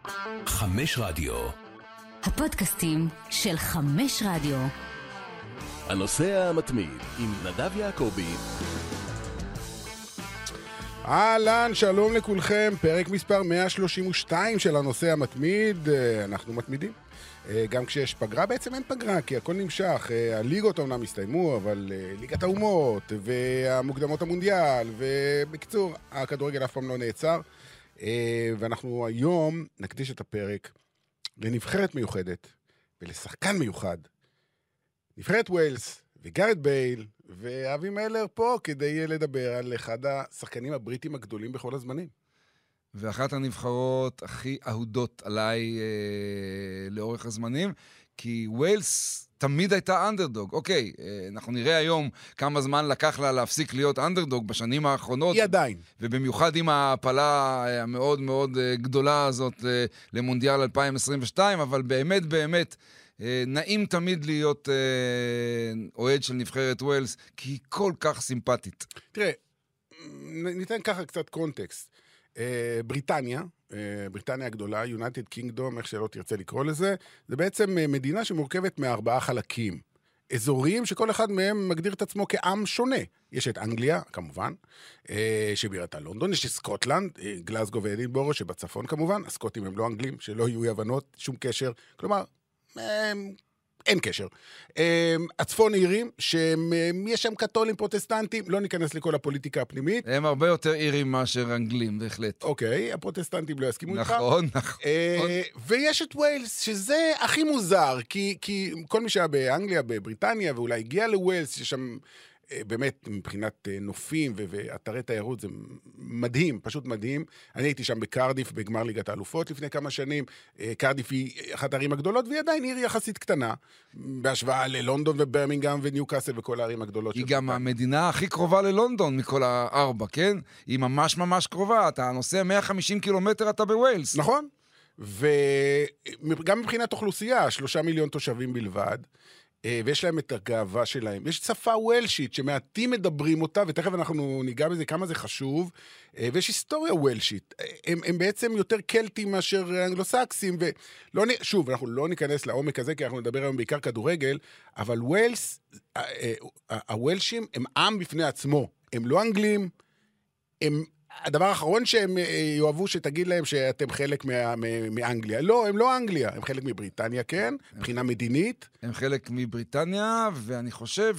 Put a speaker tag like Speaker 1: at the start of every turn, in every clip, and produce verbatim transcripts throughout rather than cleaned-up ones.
Speaker 1: חמש רדיו.
Speaker 2: הפודקאסטים של חמש רדיו.
Speaker 1: הנושא המתמיד עם נדב יעקבי.
Speaker 3: אהלן, שלום לכולכם, פרק מספר מאה שלושים ושתיים של הנושא המתמיד. אנחנו מתמידים. גם כשיש פגרה, בעצם אין פגרה, כי הכל נמשך. הליגות אומנם הסתיימו, אבל ליגת האומות והמוקדמות המונדיאל, ובקיצור, הכדורגל אף פעם לא נעצר. ואנחנו היום נקדיש את הפרק לנבחרת מיוחדת ולשחקן מיוחד. נבחרת ווילס וגארד בייל ואבי מלר פה כדי לדבר על אחד השחקנים הבריטים הגדולים בכל הזמנים.
Speaker 4: ואחת הנבחרות הכי אהודות עליי אה, לאורך הזמנים, כי ווילס תמיד הייתה אנדרדוג. אוקיי, אה, אנחנו נראה היום כמה זמן לקח לה להפסיק להיות אנדרדוג בשנים האחרונות.
Speaker 3: היא עדיין.
Speaker 4: ובמיוחד עם ההפלה המאוד מאוד אה, גדולה הזאת אה, למונדיאל אלפיים עשרים ושתיים, אבל באמת באמת אה, נעים תמיד להיות אה, אוהד של נבחרת ווילס, כי היא כל כך סימפטית.
Speaker 3: תראה, ניתן ככה קצת קונטקסט. בריטניה, בריטניה הגדולה, United Kingdom, איך שלא תרצה לקרוא לזה, זה בעצם מדינה שמורכבת מארבעה חלקים. אזורים שכל אחד מהם מגדיר את עצמו כעם שונה. יש את אנגליה, כמובן, שבירתה לונדון, יש את סקוטלנד, גלזגו ואדינבורו, שבצפון כמובן, הסקוטים הם לא אנגלים, שלא יהיו הבנות, שום קשר, כלומר, אין קשר. הצפון אירים, שיש שם קתולים פרוטסטנטים, לא ניכנס לכל הפוליטיקה הפנימית.
Speaker 4: הם הרבה יותר אירים מאשר אנגלים, בהחלט.
Speaker 3: אוקיי, הפרוטסטנטים לא יסכימו איתך.
Speaker 4: נכון, נכון.
Speaker 3: ויש את ווילס, שזה הכי מוזר, כי כל מי שהיה באנגליה, בבריטניה, ואולי הגיע לווילס, ששם באמת מבחינת נופים ואתרי תיירות זה מדהים, פשוט מדהים. אני הייתי שם בקרדיף, בגמר ליגת האלופות לפני כמה שנים. קרדיף היא אחת הערים הגדולות, והיא עדיין עיר יחסית קטנה, בהשוואה ללונדון וברמינגהם וניוקאסל וכל הערים הגדולות.
Speaker 4: היא גם המדינה הכי קרובה ללונדון מכל הארבע, כן? היא ממש ממש קרובה, אתה נוסע מאה וחמישים קילומטר, אתה בווילס.
Speaker 3: נכון. וגם מבחינת אוכלוסייה, שלושה מיליון תושבים בלבד, ויש להם את הגאווה שלהם. יש שפה ווילשית שמעטים מדברים אותה, ותכף אנחנו ניגע בזה כמה זה חשוב, ויש היסטוריה ווילשית. הם, הם בעצם יותר קלטים מאשר אנגלוסקסים, ולא, שוב, אנחנו לא ניכנס לעומק הזה, כי אנחנו נדבר היום בעיקר כדורגל, אבל ווילס, הווילשים הם עם בפני עצמו. הם לא אנגלים, הם הדבר האחרון שהם יאהבו שתגיד להם שאתם חלק מאנגליה. לא, הם לא אנגליה, הם חלק מבריטניה, כן? מבחינה מדינית.
Speaker 4: הם חלק מבריטניה, ואני חושב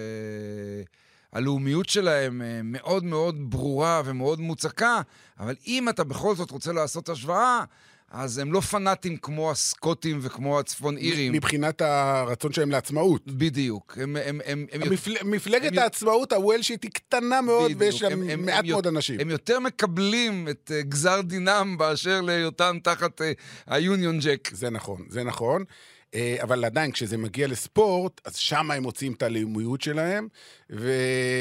Speaker 4: שהלאומיות שלהם מאוד מאוד ברורה ומאוד מוצקה, אבל אם אתה בכל זאת רוצה לעשות השוואה, אז הם לא פנאטים כמו הסקוטים וכמו הצפון אירים.
Speaker 3: מבחינת הרצון שלהם לעצמאות.
Speaker 4: בדיוק. הם, הם, הם, הם,
Speaker 3: מפלגת העצמאות הוולשית היא קטנה מאוד, ויש להם מעט מאוד אנשים.
Speaker 4: הם יותר מקבלים את גזר דינם באשר להיותם תחת היוניון ג'ק.
Speaker 3: זה נכון, זה נכון. אבל עדיין, כשזה מגיע לספורט, אז שם הם מוצאים את הלאומיות שלהם, ו...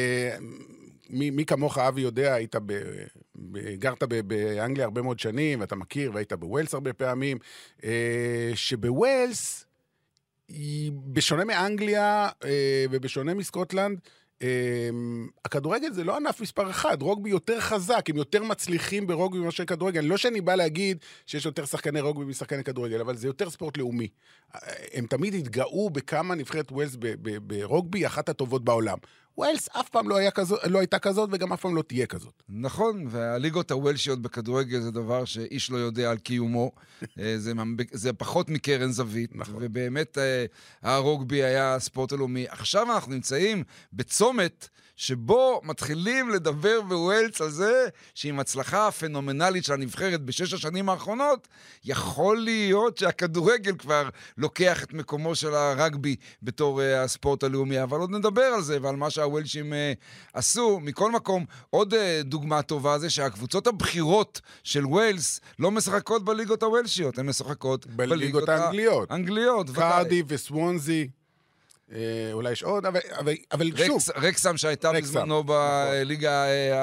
Speaker 3: מי, מי כמוך אבי יודע, היית ב, ב, גרת ב, באנגליה הרבה מאוד שנים, ואתה מכיר, והיית בווילס הרבה פעמים, אה, שבווילס, היא, בשונה מאנגליה אה, ובשונה מסקוטלנד, אה, הכדורגל זה לא ענף מספר אחד, רוגבי יותר חזק, הם יותר מצליחים ברוגבי מאשר כדורגל. לא שאני בא להגיד שיש יותר שחקני רוגבי משחקני כדורגל, אבל זה יותר ספורט לאומי. הם תמיד התגאו בכמה נבחרת ווילס ברוגבי, אחת הטובות בעולם. ווילס אף פעם לא, היה כזאת, לא הייתה כזאת, וגם אף פעם לא תהיה כזאת.
Speaker 4: נכון, והליגות הווילשיות בכדורגל זה דבר שאיש לא יודע על קיומו. זה, זה פחות מקרן זווית, נכון. ובאמת הרוגבי היה ספורט הלאומי. עכשיו אנחנו נמצאים בצומת שבו מתחילים לדבר בווילס על זה שעם הצלחה הפנומנלית של הנבחרת בשש השנים האחרונות, יכול להיות שהכדורגל כבר לוקח את מקומו של הרגבי בתור הספורט הלאומי, אבל עוד נדבר על זה ועל מה שהווילשים עשו. מכל מקום, עוד דוגמה טובה זה שהקבוצות הבחירות של ווילס לא משחקות בליגות הווילשיות, הן משחקות
Speaker 3: בליגות, בליגות האנגליות.
Speaker 4: האנגליות.
Speaker 3: קרדיף וסוונזי. אולי יש עוד, אבל, אבל, אבל שוב.
Speaker 4: רקסם שהייתה בזמנו בליגה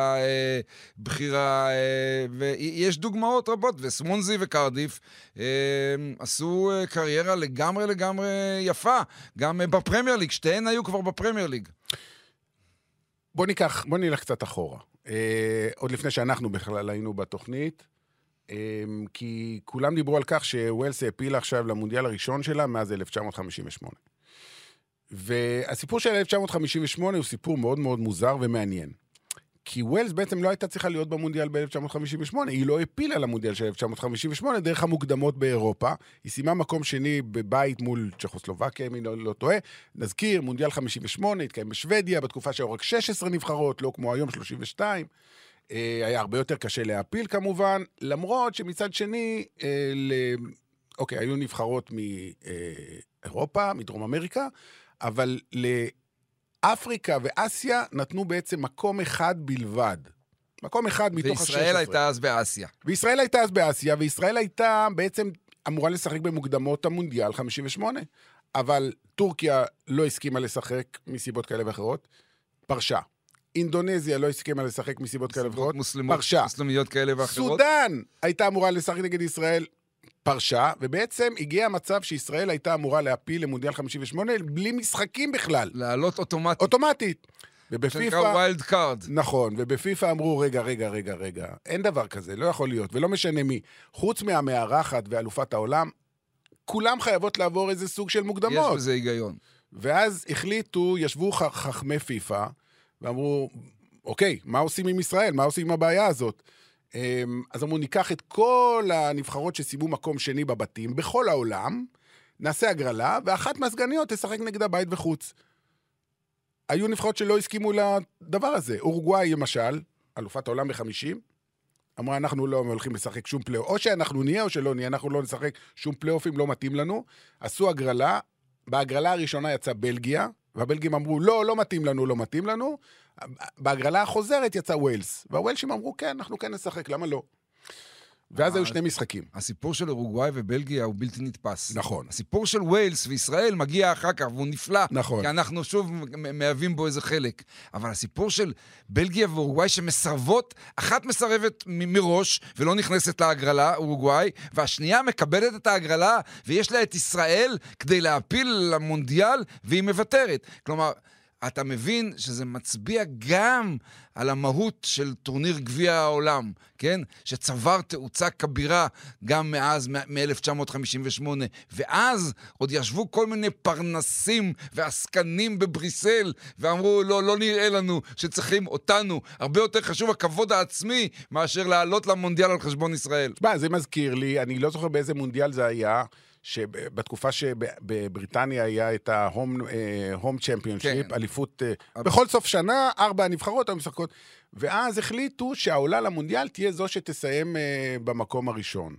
Speaker 4: הבחירה, ויש דוגמאות רבות, וסוונזי וקרדיף עשו קריירה לגמרי לגמרי יפה, גם בפרמייר ליג, שתיהן היו כבר בפרמייר ליג.
Speaker 3: בוא ניקח, בוא נלך קצת אחורה. עוד לפני שאנחנו בכלל היינו בתוכנית, כי כולם דיברו על כך שווילס העפילה עכשיו למונדיאל הראשון שלה מאז אלף תשע מאות חמישים ושמונה. והסיפור של אלף תשע מאות חמישים ושמונה הוא סיפור מאוד מאוד מוזר ומעניין. כי ווילס בעצם לא הייתה צריכה להיות במונדיאל ב-אלף תשע מאות חמישים ושמונה, היא לא הפילה למונדיאל של אלף תשע מאות חמישים ושמונה דרך המוקדמות באירופה, היא סיימה מקום שני בבית מול צ'כוסלובקיה, אם אני לא, לא טועה, נזכיר, מונדיאל חמישים ושמונה, התקיים בשוודיה, בתקופה שהיו רק שש עשרה נבחרות, לא כמו היום שלושים ושתיים, היה הרבה יותר קשה להפיל כמובן, למרות שמצד שני, ל... אוקיי, היו נבחרות מאירופה, מדרום אמריקה, אבל לאפריקה ואסיה נתנו בעצם מקום אחד בלבד. מקום אחד מתוך ה-שש עשרה.
Speaker 4: וישראל הייתה אז באסיה.
Speaker 3: וישראל הייתה אז באסיה, וישראל הייתה בעצם אמורה לשחק במוקדמות המונדיאל חמישים ושמונה, אבל טורקיה לא הסכימה לשחק מסיבות כאלה ואחרות, פרשה. אינדונזיה לא הסכימה לשחק מסיבות כאלה ואחרות, פרשה.
Speaker 4: מוסלמיות כאלה ואחרות.
Speaker 3: סודן הייתה אמורה לשחק נגד ישראל, פרשה, ובעצם הגיע המצב שישראל הייתה אמורה להפיל למונדיאל חמישים ושמונה, בלי משחקים בכלל.
Speaker 4: לעלות אוטומטית.
Speaker 3: אוטומטית. ובפיפה...
Speaker 4: שנקרא ווילד קארד.
Speaker 3: נכון, ובפיפה אמרו, רגע, רגע, רגע, רגע, אין דבר כזה, לא יכול להיות, ולא משנה מי. חוץ מהמארחת ואלופת העולם, כולם חייבות לעבור איזה סוג של מוקדמות.
Speaker 4: יש בזה היגיון.
Speaker 3: ואז החליטו, ישבו חכמי פיפה, ואמרו, אוקיי, מה עושים עם ישראל? מה עושים עם הבעיה הזאת? אז אמרו, ניקח את כל הנבחרות שסיימו מקום שני בבתים, בכל העולם, נעשה הגרלה, ואחת מהסגניות תשחק נגדה בית וחוץ. היו נבחרות שלא הסכימו לדבר הזה. אורוגוואי, למשל, אלופת העולם ב-חמישים, אמרה, אנחנו לא הולכים לשחק שום פלייאוף, או שאנחנו נהיה או שלא נהיה, אנחנו לא נשחק שום פלייאופים, לא מתאים לנו. עשו הגרלה, בהגרלה הראשונה יצאה בלגיה, והבלגים אמרו, לא, לא מתאים לנו, לא מתאים לנו. בהגרלה החוזרת יצא ווילס, והווילשים אמרו, כן, אנחנו כן נשחק, למה לא? ואז היו שני משחקים.
Speaker 4: הסיפור של אורוגוואי ובלגיה הוא בלתי נתפס.
Speaker 3: נכון.
Speaker 4: הסיפור של ווילס וישראל מגיע אחר כך, והוא נפלא.
Speaker 3: נכון.
Speaker 4: כי אנחנו שוב מהווים בו איזה חלק. אבל הסיפור של בלגיה ואורוגוואי שמסרבות, אחת מסרבת מראש ולא נכנסת להגרלה, אורוגוואי, והשנייה מקבלת את ההגרלה, ויש לה את ישראל כדי להפיל למונדיאל, והיא מוותרת. כלומר, אתה מבין שזה מצביע גם על המהות של טורניר גביע העולם, כן? שצבר תאוצה כבירה גם מאז, מ-אלף תשע מאות חמישים ושמונה, ואז עוד ישבו כל מיני פרנסים ועסקנים בבריסל, ואמרו, לא, לא נראה לנו שצריכים אותנו, הרבה יותר חשוב הכבוד העצמי, מאשר לעלות למונדיאל על חשבון ישראל.
Speaker 3: תשמע, זה מזכיר לי, אני לא זוכר באיזה מונדיאל זה היה, שבתקופה שבבריטניה היה את ה-home championship, אליפות, בכל סוף שנה, ארבע הנבחרות המשחקות, ואז החליטו שהעולה למונדיאל תהיה זו שתסיים במקום הראשון.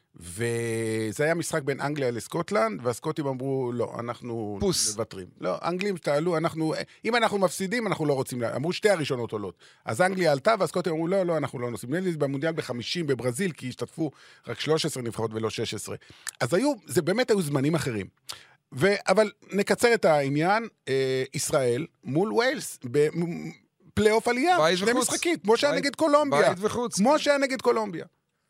Speaker 3: וזה היה משחק בין אנגליה לסקוטלנד, והסקוטים אמרו, לא, אנחנו מבטרים. לא, אנגלים שתעלו, אנחנו, אם אנחנו מפסידים, אנחנו לא רוצים, אמרו שתי הראשונות עולות. אז אנגליה עלתה, והסקוטים אמרו, לא, לא, אנחנו לא נוסעים. נדמה לי במונדיאל ב-חמישים בברזיל, כי השתתפו רק שלוש עשרה נבחרות ולא שש עשרה. אז היו, זה באמת היו זמנים אחרים. ו, אבל נקצר את העניין, אה, ישראל מול ווילס, בפלייאוף עלייה, שני משחקים, כמו שהיה נגד קולומביה. כמו שהיה נגד קולומביה.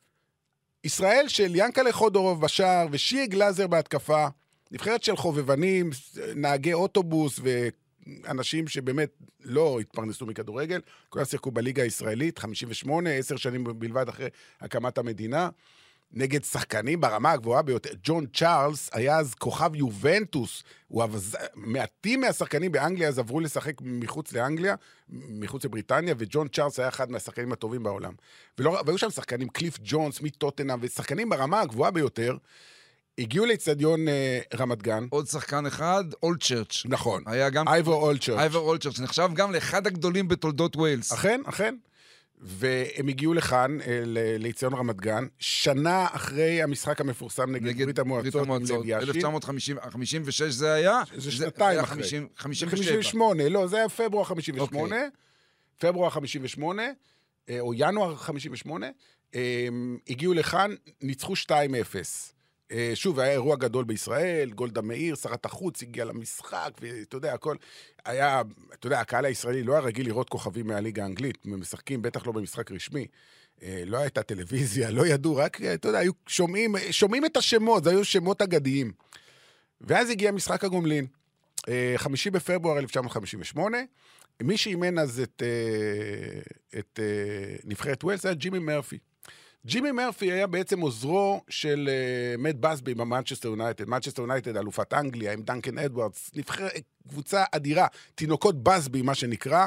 Speaker 3: ישראל של ינקלה חודורוב בשער ושיה גלאזר בהתקפה, נבחרת של חובבנים, נהגי אוטובוס ואנשים שבאמת לא התפרנסו מכדורגל, כולם שיחקו בליגה הישראלית, חמישים ושמונה, עשר שנים בלבד אחרי הקמת המדינה, נגד שחקנים ברמה הגבוהה ביותר. ג'ון צ'ארלס היה אז כוכב יובנטוס, הוא אבז... מעטים מהשחקנים באנגליה אז עברו לשחק מחוץ לאנגליה, מחוץ לבריטניה, וג'ון צ'ארלס היה אחד מהשחקנים הטובים בעולם. ולא... והיו שם שחקנים, קליף ג'ונס, מטוטנהאם, ושחקנים ברמה הגבוהה ביותר, הגיעו לאצטדיון אה, רמת גן.
Speaker 4: עוד שחקן אחד, אולדצ'רץ'.
Speaker 3: נכון.
Speaker 4: היה גם...
Speaker 3: אייבור אולדצ'רץ'.
Speaker 4: אייבור אולדצ'רץ', נחשב גם לאחד הגדולים בתולדות ווילס.
Speaker 3: אכן, אכן. והם הגיעו לכאן, לאצטדיון רמת גן, שנה אחרי המשחק המפורסם נגד ברית המועצות.
Speaker 4: אלף תשע מאות חמישים ושש זה היה?
Speaker 3: זה שנתיים אחרי.
Speaker 4: חמישים
Speaker 3: ושמונה, לא, זה היה פברואר חמישים ושמונה, פברואר חמישים ושמונה, או ינואר חמישים ושמונה, הגיעו לכאן, ניצחו שתיים אפס. שוב, היה אירוע גדול בישראל, גולדה מאיר, שרת החוץ, הגיעה למשחק, ואתה יודע, הכל היה, אתה יודע, הקהל הישראלי לא היה רגיל לראות כוכבים מהליגה האנגלית, משחקים בטח לא במשחק רשמי, לא הייתה טלוויזיה, לא ידעו, רק, אתה יודע, היו שומעים, שומעים את השמות, זה היו שמות אגדיים. ואז הגיע משחק הגומלין, חמישי בפברואר אלף תשע מאות חמישים ושמונה, מי שאימן אז את, את נבחרת ווילס, היה ג'ימי מרפי. ג'ימי מרפי היה בעצם עוזרו של uh, מאט בסבי במנצ'סטר יונייטד. מנצ'סטר יונייטד, אלופת אנגליה, עם דנקן אדוארדס, נבחר קבוצה אדירה, תינוקות בסבי, מה שנקרא,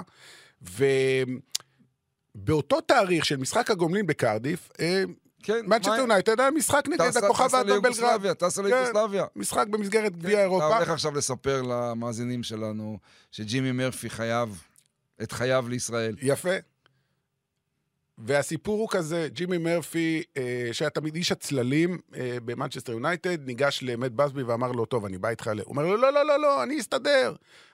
Speaker 3: ובאותו תאריך של משחק הגומלין בקרדיף, מנצ'סטר יונייטד היה משחק נגד הכוכב האדום בלגרד.
Speaker 4: טסה ליוגוסלביה.
Speaker 3: משחק במסגרת גביע אירופה.
Speaker 4: אתה הולך עכשיו לספר למאזינים שלנו שג'ימי מרפי חייב את חייו לישראל.
Speaker 3: יפה. והסיפור הוא כזה, ג'ימי מרפי, שהיה תמיד איש הצללים במנצ'סטר יונייטד, ניגש למאט בסבי ואמר לו, טוב, אני בא איתך ל... הוא אומר לו, לא, לא, לא, לא, אני אסתדר.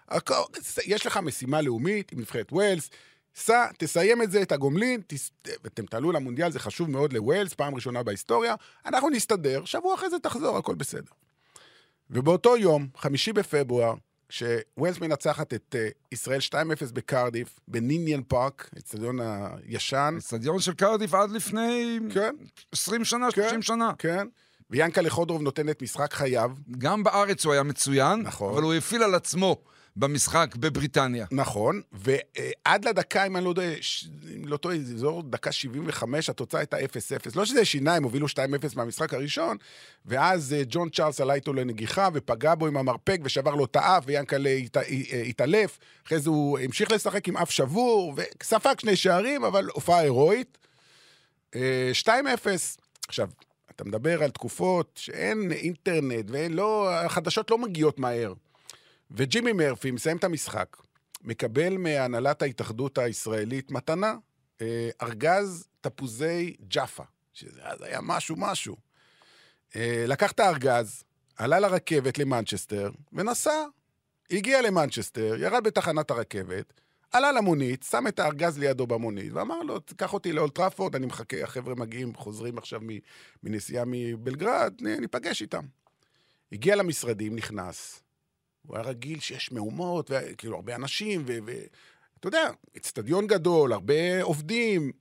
Speaker 3: יש לך משימה לאומית עם נבחרת ווילס, סע, תסיים את זה, את הגומלין, ואתם תעלו למונדיאל, זה חשוב מאוד לווילס, פעם ראשונה בהיסטוריה, אנחנו נסתדר, שבוע אחרי זה תחזור, הכל בסדר. ובאותו יום, חמישי בפברואר, כשווילס מנצחת את uh, ישראל שתיים אפס בקרדיף, בניניאן פארק, אצטדיון הישן.
Speaker 4: אצטדיון של קרדיף עד לפני
Speaker 3: כן.
Speaker 4: עשרים שנה,
Speaker 3: כן,
Speaker 4: שלושים שנה.
Speaker 3: כן, ויאנקלה חודרוב נותן את משחק חייו. גם
Speaker 4: בארץ הוא היה מצוין, נכון. אבל הוא הפעיל על עצמו במשחק בבריטניה.
Speaker 3: נכון, ועד לדקה, אם אני לא יודע, אם לא טועה, זו דקה שבעים וחמש, התוצאה הייתה אפס אפס. לא שזה שינה, הם הובילו שתיים אפס מהמשחק הראשון, ואז ג'ון צ'ארלס עלה איתו לנגיחה, ופגע בו עם המרפק, ושבר לו את האף, ויאנקלה התעלף. אחרי זה הוא המשיך לשחק עם אף שבור, וספק שני שערים, אבל הופעה הירואית. שתיים אפס. עכשיו, אתה מדבר על תקופות שאין אינטרנט, והחדשות לא מגיעות מהר. וג'ימי מרפי מסיים את המשחק, מקבל מהנהלת ההתאחדות הישראלית מתנה, אה, ארגז תפוזי ג'אפה, שזה היה משהו משהו. אה, לקח את הארגז, עלה לרכבת למנצ'סטר, ונסע. הגיע למנצ'סטר, ירד בתחנת הרכבת, עלה למונית, שם את הארגז לידו במונית, ואמר לו, קח אותי לאולד טראפורד, אני מחכה, החבר'ה מגיעים, חוזרים עכשיו מנסיעה מבלגרד, ניפגש איתם. הגיע למשרדים, נכנס, הוא היה רגיל שיש מהומות, וכאילו הרבה אנשים, ואתה יודע, אצטדיון גדול, הרבה עובדים,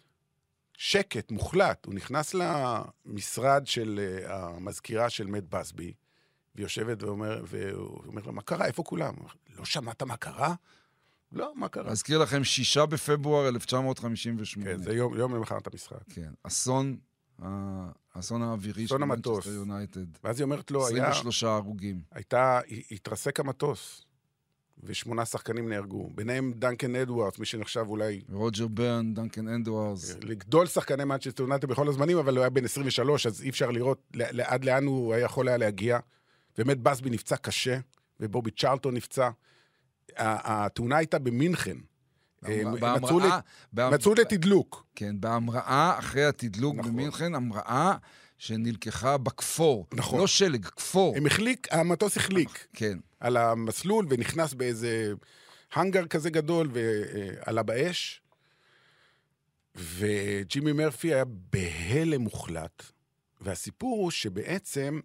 Speaker 3: שקט, מוחלט. הוא נכנס למשרד של המזכירה של מאט בסבי, ויושבת ואומר, והוא אומר לה, מה קרה? איפה כולם? לא שמעת מה קרה? לא, מה קרה?
Speaker 4: אזכיר לכם, שישה בפברואר אלף תשע מאות חמישים ושמונה.
Speaker 3: כן, זה יום, יום למחרת המשחק.
Speaker 4: כן, אסון, האסון האווירי של מנצ'סטר יונייטד.
Speaker 3: ואז היא אומרת לו,
Speaker 4: עשרים ושלושה הרוגים.
Speaker 3: הייתה, התרסק המטוס, ושמונה שחקנים נהרגו. ביניהם דנקן אדוארדס, מי שנחשב אולי...
Speaker 4: רוג'ר ברן, דנקן אדוארדס.
Speaker 3: לגדול שחקני מנצ'סטר יונייטד בכל הזמנים, אבל הוא היה בן עשרים ושלוש, אז אי אפשר לראות עד לאן הוא יכול היה להגיע. ומאט בסבי נפצע קשה, ובובי צ'רלטון נפצע. התאונה הייתה במינכן. מצאו לתדלוק.
Speaker 4: כן, בהמראה אחרי התדלוק במינכן, המראה שנלקחה בכפור. נכון. לא שלג, כפור.
Speaker 3: המטוס החליק.
Speaker 4: כן.
Speaker 3: על המסלול, ונכנס באיזה הנגר כזה גדול, ועלה באש. וג'ימי מרפי היה בהלם מוחלט. והסיפור הוא שבעצם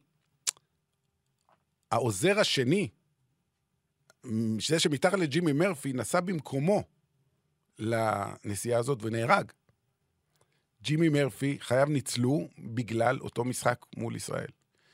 Speaker 3: העוזר השני, שזה שמתחת לג'ימי מרפי, נסע במקומו לנסיעה הזאת ונהרג. ג'ימי מרפי חייו ניצלו בגלל אותו משחק מול ישראל.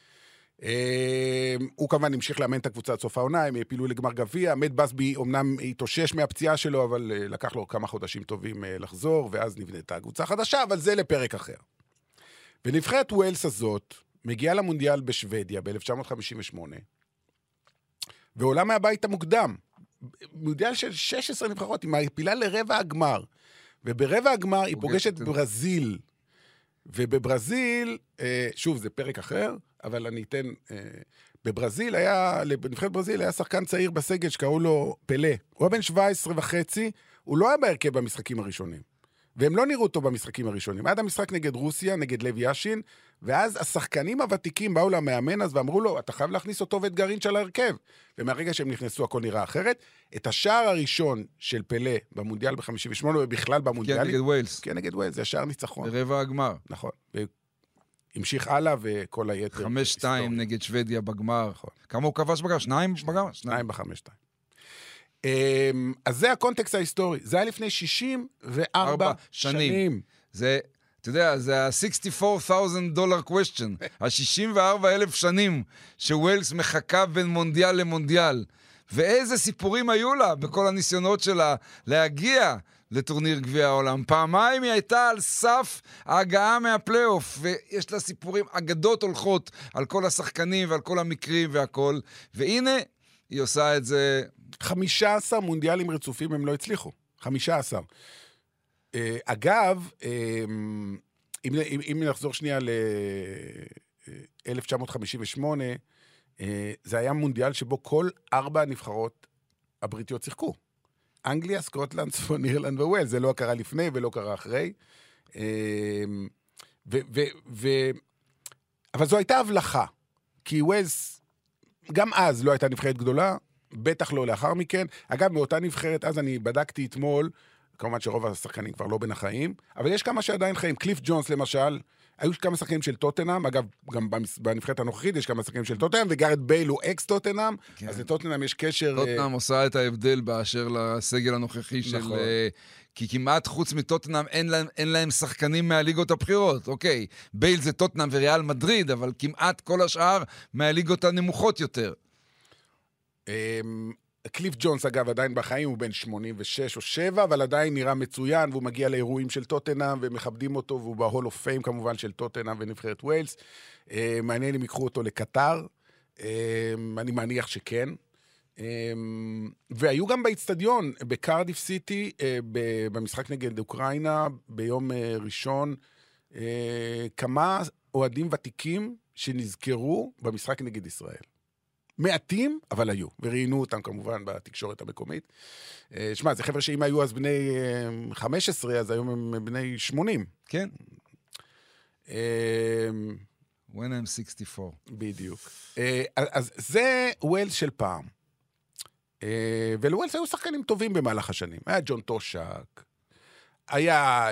Speaker 3: הוא כמובן המשיך לאמן את הקבוצה עד סוף העונה, הם הפילו לגמר גביע, מאט בסבי אומנם התאושש מהפציעה שלו, אבל לקח לו כמה חודשים טובים לחזור, ואז נבנתה הקבוצה חדשה, אבל זה לפרק אחר. ונבחרת ווילס הזאת מגיעה למונדיאל בשוודיה ב-אלף תשע מאות חמישים ושמונה, ועולה מהבית המוקדם, מונדיאל של שש עשרה נבחרות, היא מעפילה לרבע הגמר, וברבע הגמר היא פוגשת ברזיל, ובברזיל, שוב, זה פרק אחר, אבל אני אתן, בברזיל היה, בנבחרת ברזיל היה שחקן צעיר בסגל שקראו לו פלה, הוא היה בן שבע עשרה וחצי, הוא לא היה בהרכב במשחקים הראשונים, והם לא נראו אותו במשחקים הראשונים, עד המשחק נגד רוסיה, נגד לב ישין, ואז השחקנים הוותיקים באו למאמן אז ואמרו לו, אתה חייב להכניס אותו ואת גרעין של ההרכב. ומהרגע שהם נכנסו, הכל נראה אחרת. את השער הראשון של פלה במונדיאל ב-חמישים ושמונה, ובכלל במונדיאל...
Speaker 4: כן, נגד ווילס.
Speaker 3: כן, נגד ווילס, זה השער ניצחון.
Speaker 4: ברבע הגמר.
Speaker 3: נכון. והמשיך הלאה וכל היתר...
Speaker 4: חמש שתיים נגד שוודיה בגמר. נכון. כמה הוא כבש בגמר? שניים בגמר?
Speaker 3: שניים בחמש שתיים. אז זה הקונטקסט ההיסטורי. זה היה לפני שישים וארבע שנים.
Speaker 4: זה... אתה יודע, זה ה-שישים וארבעה אלף דולר question, ה-שישים וארבעה אלף שנים שווילס מחכה בין מונדיאל למונדיאל, ואיזה סיפורים היו לה בכל הניסיונות שלה להגיע לטורניר גביע העולם. פעמיים היא הייתה על סף ההגעה מהפלייאוף, ויש לה סיפורים, אגדות הולכות על כל השחקנים ועל כל המקרים והכל, והנה היא עושה את זה.
Speaker 3: חמישה עשר מונדיאלים רצופים הם לא הצליחו. חמישה עשר. אגב, אם, אם, אם נחזור שנייה ל-אלף תשע מאות חמישים ושמונה, זה היה מונדיאל שבו כל ארבע הנבחרות הבריטיות שיחקו. אנגליה, סקוטלנד, צפון אירלנד וווילס. זה לא קרה לפני ולא קרה אחרי. ו, ו, ו, אבל זו הייתה הבלחה. כי ווילס, גם אז לא הייתה נבחרת גדולה, בטח לא לאחר מכן. אגב, מאותה נבחרת, אז אני בדקתי אתמול, כמובן שרוב השחקנים כבר לא בין החיים, אבל יש כמה שעדיין חיים. קליף ג'ונס למשל, היו כמה שחקנים של טוטנאם, אגב, גם בנבחרת הנוכחית יש כמה שחקנים של טוטנאם, וגארד בייל הוא אקס טוטנאם, כן. אז לטוטנאם יש קשר...
Speaker 4: טוטנאם uh... עושה את ההבדל באשר לסגל הנוכחי של... נכון. Uh, כי כמעט חוץ מטוטנאם אין להם, אין להם שחקנים מהליגות הבחירות, אוקיי. בייל זה טוטנאם וריאל מדריד, אבל כמעט כל השאר מהליגות הנמוכות יותר.
Speaker 3: קליף ג'ונס, אגב, עדיין בחיים, הוא בן שמונים ושש או שבע, אבל עדיין נראה מצוין, והוא מגיע לאירועים של טוטנאם, ומכבדים אותו, והוא בהול אוף פיים, כמובן, של טוטנאם ונבחרת ווילס. מעניין אם יקחו אותו לקטר. אני מניח שכן. והיו גם באצטדיון, בקרדיף סיטי, במשחק נגד אוקראינה, ביום ראשון, כמה אוהדים ותיקים שנזכרו במשחק נגד ישראל. מעטים, אבל היו, וראיינו אותם כמובן בתקשורת המקומית. שמע, זה חבר'ה שאם היו אז בני חמש עשרה, אז היום הם בני שמונים.
Speaker 4: כן. When I'm sixty-four.
Speaker 3: בדיוק. אז זה ווילס של פעם. ולווילס היו שחקנים טובים במהלך השנים. היה ג'ון טושק, היה...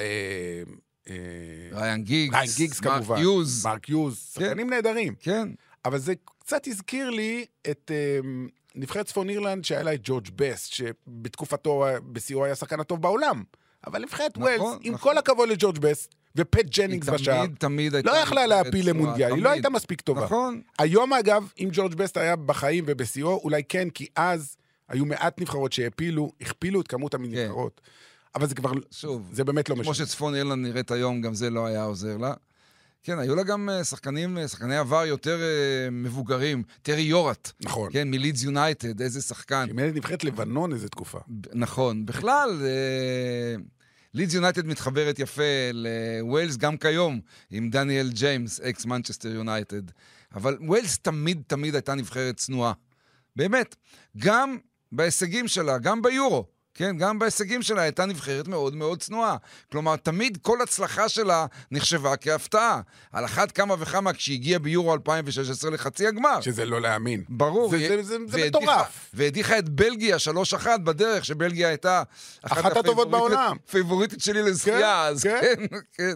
Speaker 4: ריין גיגס.
Speaker 3: ריין גיגס כמובן.
Speaker 4: מרק יוז.
Speaker 3: מרק יוז. שחקנים נהדרים.
Speaker 4: כן.
Speaker 3: אבל זה קצת הזכיר לי את uh, נבחרת צפון אירלנד, שהיה לה את ג'ורג' בסט, שבתקופתו בסיוע היה השחקן הטוב בעולם. אבל נבחרת נכון, ווילס, נכון. עם כל הכבוד לג'ורג' בסט, ופט ג'נינגס בשער,
Speaker 4: תמיד, תמיד הייתה...
Speaker 3: לא יכלה להפיל למונדיאל, היא לא הייתה מספיק טובה.
Speaker 4: נכון.
Speaker 3: היום, אגב, אם ג'ורג' בסט היה בחיים ובסיוע, אולי כן, כי אז היו מעט נבחרות שהפילו, הכפילו את כמות הנבחרות. כן. אבל זה כבר... שוב, זה באמת לא משנה.
Speaker 4: כמו שצפון אירלנד נראית היום, גם זה לא היה עוזר לה. כן, היו לה גם שחקנים, שחקני עבר יותר מבוגרים. טרי יורט.
Speaker 3: נכון.
Speaker 4: כן, מלידס יונייטד, איזה שחקן.
Speaker 3: שמלת נבחרת לבנון איזה תקופה.
Speaker 4: נכון. בכלל, לידס יונייטד מתחברת יפה לווילס גם כיום, עם דניאל ג'יימס, אקס מנצ'סטר יונייטד. אבל ווילס תמיד תמיד הייתה נבחרת צנועה. באמת. גם בהישגים שלה, גם ביורו. כן, גם בהישגים שלה הייתה נבחרת מאוד מאוד צנועה. כלומר, תמיד כל הצלחה שלה נחשבה כהפתעה. על אחת כמה וכמה כשהגיעה ביורו אלפיים ושש עשרה לחצי הגמר.
Speaker 3: שזה לא להאמין.
Speaker 4: ברור.
Speaker 3: זה, זה, זה, זה מטורף.
Speaker 4: והדיחה את בלגיה שלוש אחת בדרך, שבלגיה הייתה...
Speaker 3: אחת הטובות בעולם.
Speaker 4: פייבוריטית שלי לזכייה, אז
Speaker 3: כן,
Speaker 4: כן, כן.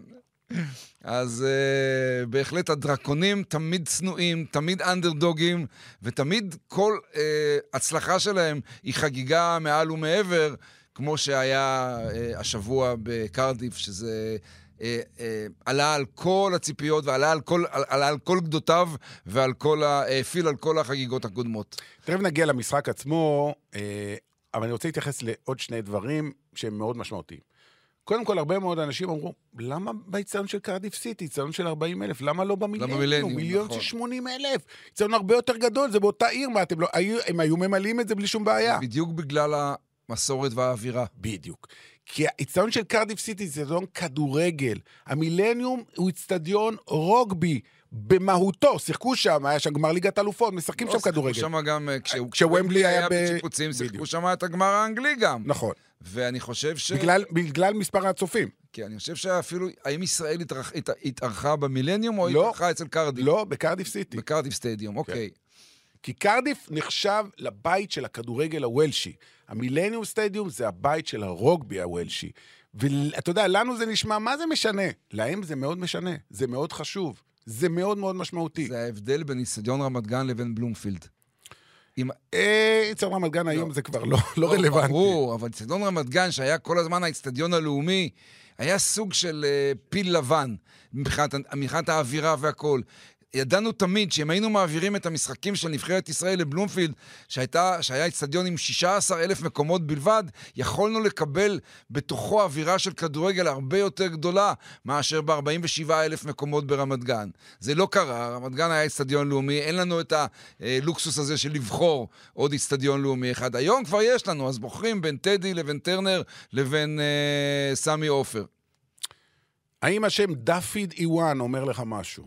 Speaker 4: אז uh, בהחלט הדרקונים תמיד צנועים, תמיד אנדרדוגים, ותמיד כל uh, הצלחה שלהם היא חגיגה מעל ומעבר, כמו שהיה uh, השבוע בקרדיף, שזה uh, uh, עלה על כל הציפיות, ועלה על כל, על, עלה על כל גדותיו, ועל כל ה, הפיל על כל החגיגות הקודמות.
Speaker 3: תכף נגיע למשחק עצמו, uh, אבל אני רוצה להתייחס לעוד שני דברים שהם מאוד משמעותיים. קודם כל, הרבה מאוד אנשים אמרו, למה באצטדיון של קרדיף סיטי, אצטדיון של ארבעים אלף, למה לא במילניום? מיליון של שמונים אלף, אצטדיון הרבה יותר גדול, זה באותה עיר, מה, אתם לא, הם היו ממלאים את זה בלי שום בעיה.
Speaker 4: בדיוק בגלל המסורת והאווירה.
Speaker 3: בדיוק. כי האצטדיון של קרדיף סיטי זה אצטדיון כדורגל. המילניום הוא אצטדיון רוגבי, במהותו, שיחקו שם, היה שם גמר ליגת אלופות, משחקים שם כדורגל.
Speaker 4: שיחקו שם גם,
Speaker 3: כשוומבלי היה
Speaker 4: בשיפוצים, שיחקו שם את הגמר האנגלי גם.
Speaker 3: נכון.
Speaker 4: ואני חושב ש...
Speaker 3: בגלל, בגלל מספר הצופים.
Speaker 4: כי אני חושב שאפילו, האם ישראל התארח, התארחה במילניום, או לא, התארחה אצל קרדיף?
Speaker 3: לא, בקרדיף סיטי.
Speaker 4: בקרדיף סטדיום, אוקיי.
Speaker 3: כן. כי קרדיף נחשב לבית של הכדורגל הוולשי. המילניום סטדיום זה הבית של הרוגבי הוולשי. ואתה יודע, לנו זה נשמע, מה זה משנה? להם זה מאוד משנה, זה מאוד חשוב. זה מאוד מאוד משמעותי.
Speaker 4: זה ההבדל בין אצטדיון רמת גן לבין בלומפילד.
Speaker 3: אצטדיון רמת גן היום זה כבר לא רלוונטי.
Speaker 4: ברור, אבל אצטדיון רמת גן, שהיה כל הזמן האצטדיון הלאומי, היה סוג של פיל לבן, מבחינת האווירה והכל. ידענו תמיד שאם היינו מעבירים את המשחקים של נבחרת ישראל לבלומפילד, שהייתה, שהיה אצטדיון עם שישה עשר אלף מקומות בלבד, יכולנו לקבל בתוכו אווירה של כדורגל הרבה יותר גדולה מאשר ב-ארבעים ושבעה אלף מקומות ברמת גן. זה לא קרה, רמת גן היה אצטדיון לאומי, אין לנו את הלוקסוס הזה של לבחור עוד אצטדיון לאומי אחד. היום כבר יש לנו, אז בוחרים בין טדי לבין טרנר לבין אה, סמי עופר.
Speaker 3: האם השם דוד איואן אומר לך משהו?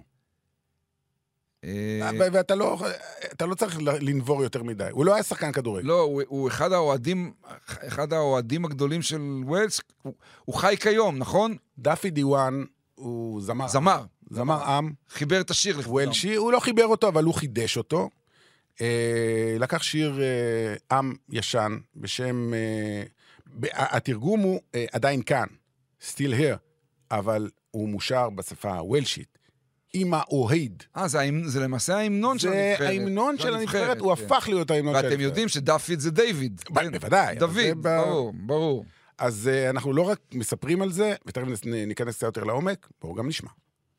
Speaker 3: ואתה לא, אתה לא צריך לנבור יותר מדי. הוא לא היה שחקן כדורגל.
Speaker 4: לא, הוא, הוא אחד האוהדים, אחד האוהדים הגדולים של ווילס, הוא, הוא חי כיום, נכון?
Speaker 3: דוד איואן הוא זמר.
Speaker 4: זמר.
Speaker 3: זמר עם.
Speaker 4: חיבר את השיר לכבודם.
Speaker 3: ווילשי, הוא לא חיבר אותו, אבל הוא חידש אותו. אה, לקח שיר אה, עם ישן, בשם, אה, התרגום הוא אה, עדיין כאן, still here, אבל הוא מושר בשפה הווילשית. אימא אוהיד.
Speaker 4: אה, זה, זה למעשה ההמנון של הנבחרת.
Speaker 3: זה ההמנון של הנבחרת, הוא הפך להיות ההמנון של הנבחרת.
Speaker 4: ואתם יודעים שדוד זה דיוויד.
Speaker 3: בוודאי.
Speaker 4: דוד, ברור, ברור.
Speaker 3: אז אנחנו לא רק מספרים על זה, ותכף ניכנס קצת יותר לעומק, בואו גם נשמע.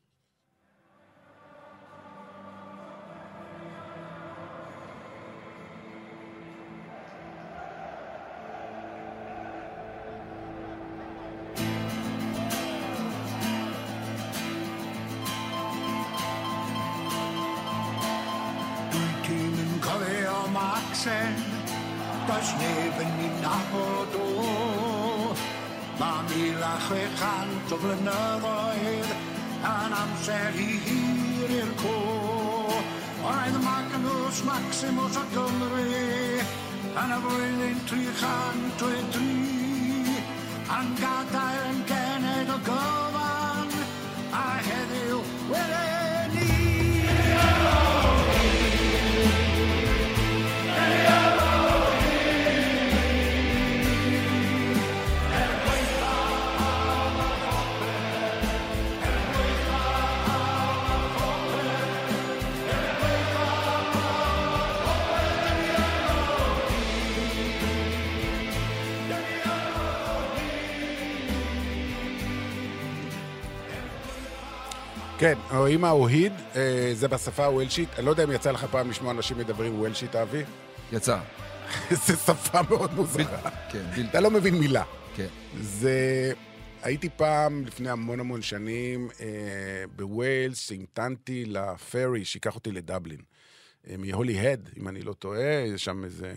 Speaker 5: Does neben i nabod o Ma mil a chwechant o flynyddoedd Yn amser i hir i'r co Oedd Magnus Maximus o Gymru Yn y flwyddyn tri chant o dri Yn gadael yn gened o gyfan A heddiw welen ni
Speaker 3: כן, או אימא אוהיד, זה בשפה הוולשית. אני לא יודע אם יצא לך פעם לשמוע אנשים מדברים וולשית, אבי?
Speaker 4: יצא.
Speaker 3: זה שפה מאוד מוזרה.
Speaker 4: כן.
Speaker 3: אתה לא מבין מילה.
Speaker 4: כן.
Speaker 3: זה... הייתי פעם, לפני המון המון שנים, בווילס, שהמתנתי לפרי, שיקח אותי לדבלין. מהולי הד, אם אני לא טועה, יש שם איזה...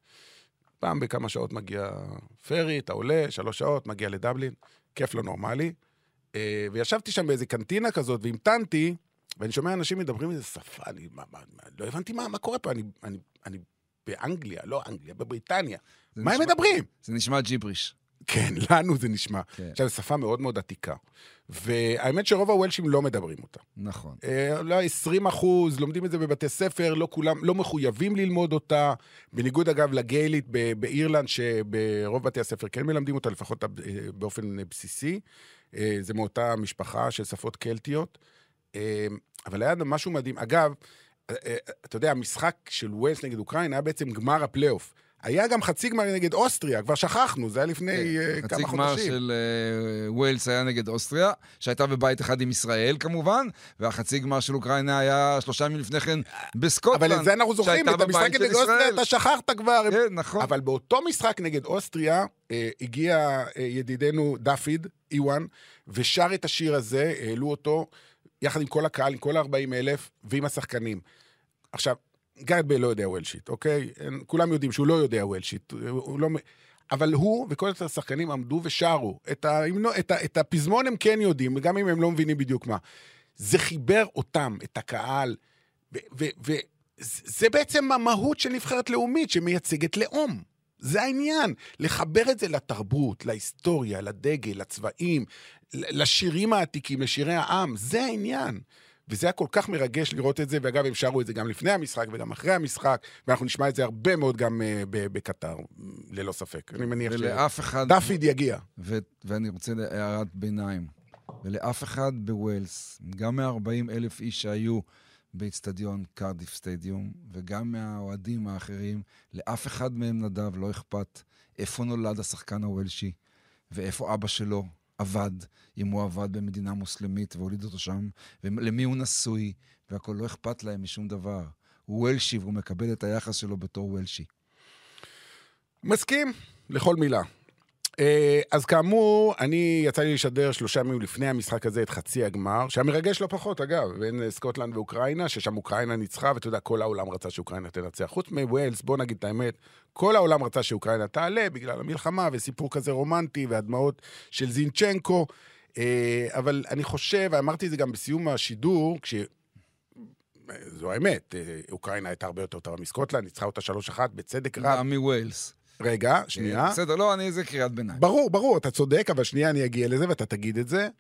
Speaker 3: פעם בכמה שעות מגיע פרי, אתה עולה, שלוש שעות, מגיע לדבלין. כיף לא נורמלי. וישבתי שם באיזה קנטינה כזאת, והמתנתי, ואני שומע אנשים מדברים איזה שפה, אני מה, מה, לא הבנתי מה, מה קורה פה, אני, אני, אני באנגליה, לא אנגליה, בבריטניה. מה הם מדברים?
Speaker 4: זה נשמע ג'יבריש.
Speaker 3: כן, לנו זה נשמע.
Speaker 4: כן.
Speaker 3: עכשיו, זו שפה מאוד מאוד עתיקה. והאמת שרוב הוולשים לא מדברים אותה.
Speaker 4: נכון.
Speaker 3: אה, לא, עשרים אחוז, לומדים את זה בבתי ספר, לא כולם, לא מחויבים ללמוד אותה, בניגוד אגב לגיילית באירלנד, שברוב בתי הספר כן מלמדים אותה, לפחות באופן בסיסי. זה מאותה משפחה של שפות קלטיות, אבל היה משהו מדהים. אגב, אתה יודע, המשחק של ווילס נגד אוקראינה היה בעצם גמר הפלייאוף. היה גם חצי גמר נגד אוסטריה, כבר שכחנו, זה היה לפני כמה חודשים.
Speaker 4: חצי גמר של ווילס היה נגד אוסטריה, שהייתה בבית אחד עם ישראל כמובן, והחצי גמר של אוקראינה היה שלושה ימים לפני כן בסקוטלנד.
Speaker 3: אבל את זה אנחנו זוכרים, את המשחק נגד אוסטריה אתה שכחת כבר.
Speaker 4: כן, נכון.
Speaker 3: אבל באותו משחק נגד אוסטריה, הגיע ידידנו דוד איואן, ושר את השיר הזה, העלו אותו, יחד עם כל הקהל, עם כל ה-ארבעים אלף, ועם השחקנים. עכשיו, גארד ביי לא יודע וולשית, אוקיי? כולם יודעים שהוא לא יודע וולשית, הוא לא... אבל הוא וכל השחקנים עמדו ושרו. את, ההמנו, את, ה, את הפזמון הם כן יודעים, גם אם הם לא מבינים בדיוק מה. זה חיבר אותם, את הקהל, וזה בעצם המהות של נבחרת לאומית, שמייצגת לאום. זה העניין, לחבר את זה לתרבות, להיסטוריה, לדגל, לצבעים, לשירים העתיקים, לשירי העם, זה העניין. וזה היה כל כך מרגש לראות את זה, ואגב, הם שרו את זה גם לפני המשחק וגם אחרי המשחק, ואנחנו נשמע את זה הרבה מאוד גם uh, בקטר, ללא ספק. אני מניח
Speaker 4: ולאף אחד...
Speaker 3: דוד יגיע.
Speaker 4: ו... ואני רוצה להערת ביניים. ולאף אחד בווילס, גם מה-ארבעים אלף איש שהיו באצטדיון קרדיף סטדיום, וגם מהאוהדים האחרים, לאף אחד מהם נדב לא אכפת איפה נולד השחקן הוולשי, ואיפה אבא שלו עבד, אם הוא עבד במדינה מוסלמית והוליד אותו שם, ולמי הוא נשוי, והכל לא אכפת להם משום דבר. הוא וולשי, והוא מקבל את היחס שלו בתור וולשי.
Speaker 3: מסכים לכל מילה. אז כאמור, אני יצא לי לשדר שלושה ימים לפני המשחק הזה את חצי הגמר, שהמרגש לא פחות, אגב, בין סקוטלנד ואוקראינה, ששם אוקראינה ניצחה, ואתה יודע, כל העולם רצה שאוקראינה תנצח. חוץ מווילס, בוא נגיד את האמת, כל העולם רצה שאוקראינה תעלה, בגלל המלחמה, וסיפור כזה רומנטי, והדמעות של זינצ'נקו, אבל אני חושב, ואמרתי את זה גם בסיום השידור, כש... זו האמת, אוקראינה הייתה הרבה יותר טובה מסקוטלנד, ניצחה אותה שלוש אחת, בצדק רב.
Speaker 4: גם מווילס.
Speaker 3: רגע, שנייה.
Speaker 4: בסדר, לא, אני איזה קריאת ביניים.
Speaker 3: ברור, ברור, אתה צודק, אבל שנייה אני אגיע לזה ואתה תגיד את זה.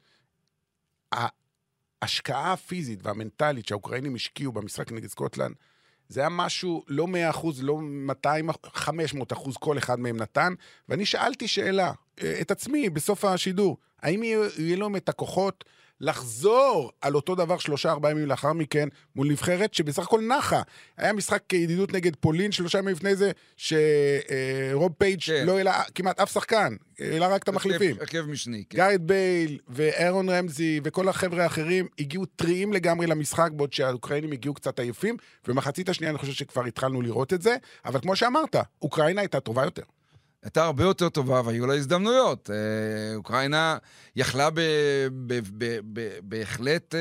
Speaker 3: ההשקעה הפיזית והמנטלית שהאוקראינים השקיעו במשחק נגד סקוטלנד, זה היה משהו לא מאה אחוז, לא מאתיים, חמש מאות אחוז כל אחד מהם נתן, ואני שאלתי שאלה, את עצמי בסוף השידור, האם יהיה לו את הכוחות לחזור על אותו דבר שלושה, ארבעה ימים לאחר מכן, מול נבחרת שבסך הכל נחה. היה משחק ידידות נגד פולין, שלושה ימים לפני זה, שרוב פייג' לא העלה כמעט אף שחקן, העלה רק את המחליפים.
Speaker 4: הרכב משני.
Speaker 3: גארד בייל ואירון רמזי וכל החבר'ה האחרים הגיעו טריים לגמרי למשחק, בעוד שהאוקראינים הגיעו קצת עייפים, ומחצית השנייה אני חושב שכבר התחלנו לראות את זה, אבל כמו שאמרת, אוקראינה הייתה טובה יותר.
Speaker 4: הייתה הרבה יותר טובה, והיו לה הזדמנויות. אוקראינה יכלה בהחלט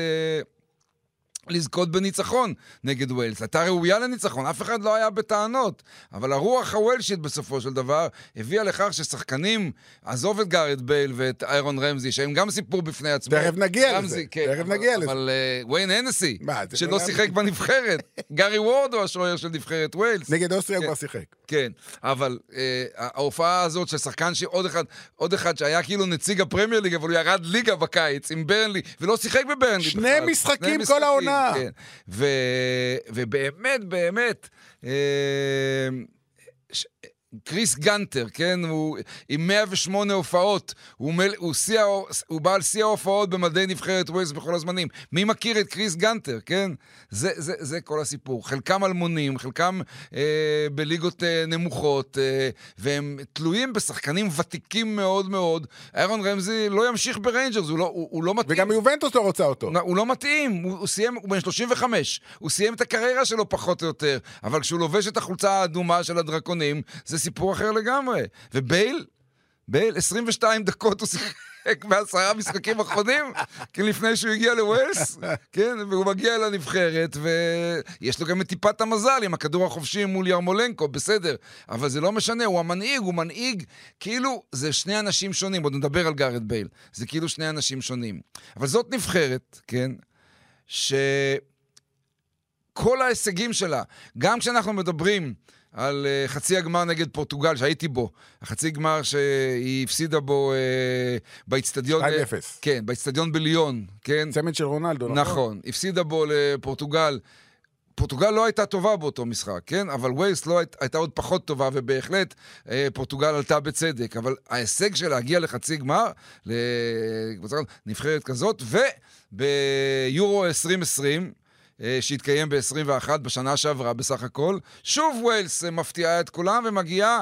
Speaker 4: לזכות בניצחון נגד ווילס. הייתה ראויה לניצחון, אף אחד לא היה בטענות. אבל הרוח הוולשית בסופו של דבר הביאה לכך ששחקנים, עזוב את גארד בייל ואת איירון רמזי, שהם גם סיפור בפני עצמו.
Speaker 3: תכף נגיע לזה. תכף נגיע לזה.
Speaker 4: אבל וויין הנסי, שלא שיחק בנבחרת. גארי וורד הוא השוער של נבחרת ווילס.
Speaker 3: נגד אוסטריה הוא כבר שיחק.
Speaker 4: כן, אבל ההופעה הזאת של שחקן שעוד אחד, עוד אחד שהיה כאילו נציג הפרמייר ליג, אבל הוא ירד ליגה בקיץ עם ברנלי, ולא שיחק בברנלי.
Speaker 3: שני משחקים כל העונה.
Speaker 4: כן. ו, ובאמת, באמת, אה, ש, קריס גנטר, כן, הוא עם מאה ושמונה הופעות, הוא, מל, הוא, שיא, הוא בעל שיא ההופעות במדי נבחרת ווילס בכל הזמנים. מי מכיר את קריס גנטר, כן? זה, זה, זה כל הסיפור. חלקם אלמונים, חלקם אה, בליגות אה, נמוכות, אה, והם תלויים בשחקנים ותיקים מאוד מאוד. איירון רמזי לא ימשיך בריינג'רס, הוא לא, הוא, הוא לא מתאים.
Speaker 3: וגם יובנטוס לא רוצה אותו.
Speaker 4: הוא לא מתאים, הוא, הוא סיים, הוא בן שלושים וחמש, הוא סיים את הקריירה שלו פחות או יותר, אבל כשהוא לובש את החולצה האדומה של הדרקונים, זה סיפור אחר לגמרי. ובייל, בייל, עשרים ושתיים דקות הוא שיחק בעשרה משחקים אחרונים, כן, לפני שהוא הגיע לווילס, כן, והוא מגיע לנבחרת, ויש לו גם את טיפת המזל עם הכדור החופשי מול ירמולנקו, בסדר, אבל זה לא משנה, הוא המנהיג, הוא מנהיג, כאילו זה שני אנשים שונים, עוד נדבר על גארד בייל, זה כאילו שני אנשים שונים. אבל זאת נבחרת, כן, שכל ההישגים שלה, גם כשאנחנו מדברים על uh, חצי הגמר נגד פורטוגל, שהייתי בו, החצי גמר שהיא הפסידה בו uh, באצטדיון...
Speaker 3: שתיים אפס.
Speaker 4: כן, באצטדיון בליון, כן?
Speaker 3: צמד של רונלדו, נכון?
Speaker 4: נכון, הפסידה בו לפורטוגל. פורטוגל לא הייתה טובה באותו משחק, כן? אבל ווילס לא היית, הייתה עוד פחות טובה, ובהחלט uh, פורטוגל עלתה בצדק, אבל ההישג שלה הגיע לחצי גמר, לנבחרת כזאת, וביורו עשרים עשרים, שהתקיים ב-עשרים ואחת בשנה שעברה בסך הכל. שוב ווילס מפתיעה את כולם ומגיעה,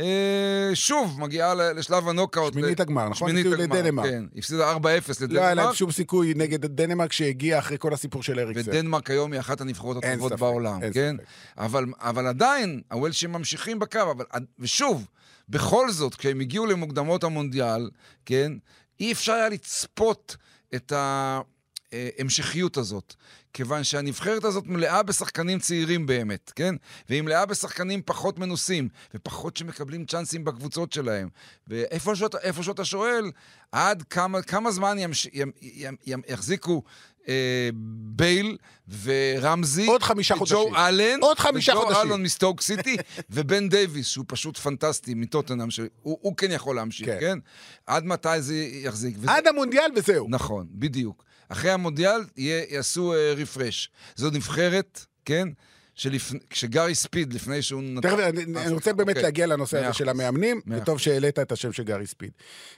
Speaker 4: שוב מגיעה לשלב הנוקאוט.
Speaker 3: שמינית הגמר, נכון?
Speaker 4: שמינית הגמר,
Speaker 3: לדנמרק.
Speaker 4: כן. הפסידה ארבע אפס לדנמרק.
Speaker 3: לא היה להם שום סיכוי נגד דנמרק שהגיע אחרי כל הסיפור של אריקסן.
Speaker 4: ודנמרק היום היא אחת הנבחרות הטובות בעולם. כן? אבל, אבל עדיין, הווילסים ממשיכים בקו, אבל, ושוב, בכל זאת, כשהם הגיעו למוקדמות המונדיאל, כן? אי אפשר היה לצפות את ההמשכיות הזאת. כיוון שהנבחרת הזאת מלאה בשחקנים צעירים באמת, כן? והיא מלאה בשחקנים פחות מנוסים, ופחות שמקבלים צ'אנסים בקבוצות שלהם. ואיפה שאתה, איפה שאתה שואל, עד כמה, כמה זמן ימש, ימ, ימ, ימ, יחזיקו אה, בייל ורמזי,
Speaker 3: עוד חמישה חודשים.
Speaker 4: וג'ו אלן,
Speaker 3: עוד חמישה
Speaker 4: וג'ו
Speaker 3: חודשים.
Speaker 4: אלן מסטוק סיטי, ובן דייביס, שהוא פשוט פנטסטי, מטוטנהאם, שהוא הוא כן יכול להמשיך, כן? כן? עד מתי זה יחזיק? וזה...
Speaker 3: עד המונדיאל וזהו.
Speaker 4: נכון, בדיוק. אחרי המונדיאל יעשו רפרש. זו נבחרת, כן? כשגארי ספיד, לפני שהוא...
Speaker 3: תכף, אני רוצה באמת להגיע לנושא הזה של המאמנים, וטוב שהעלית את השם של גארי ספיד.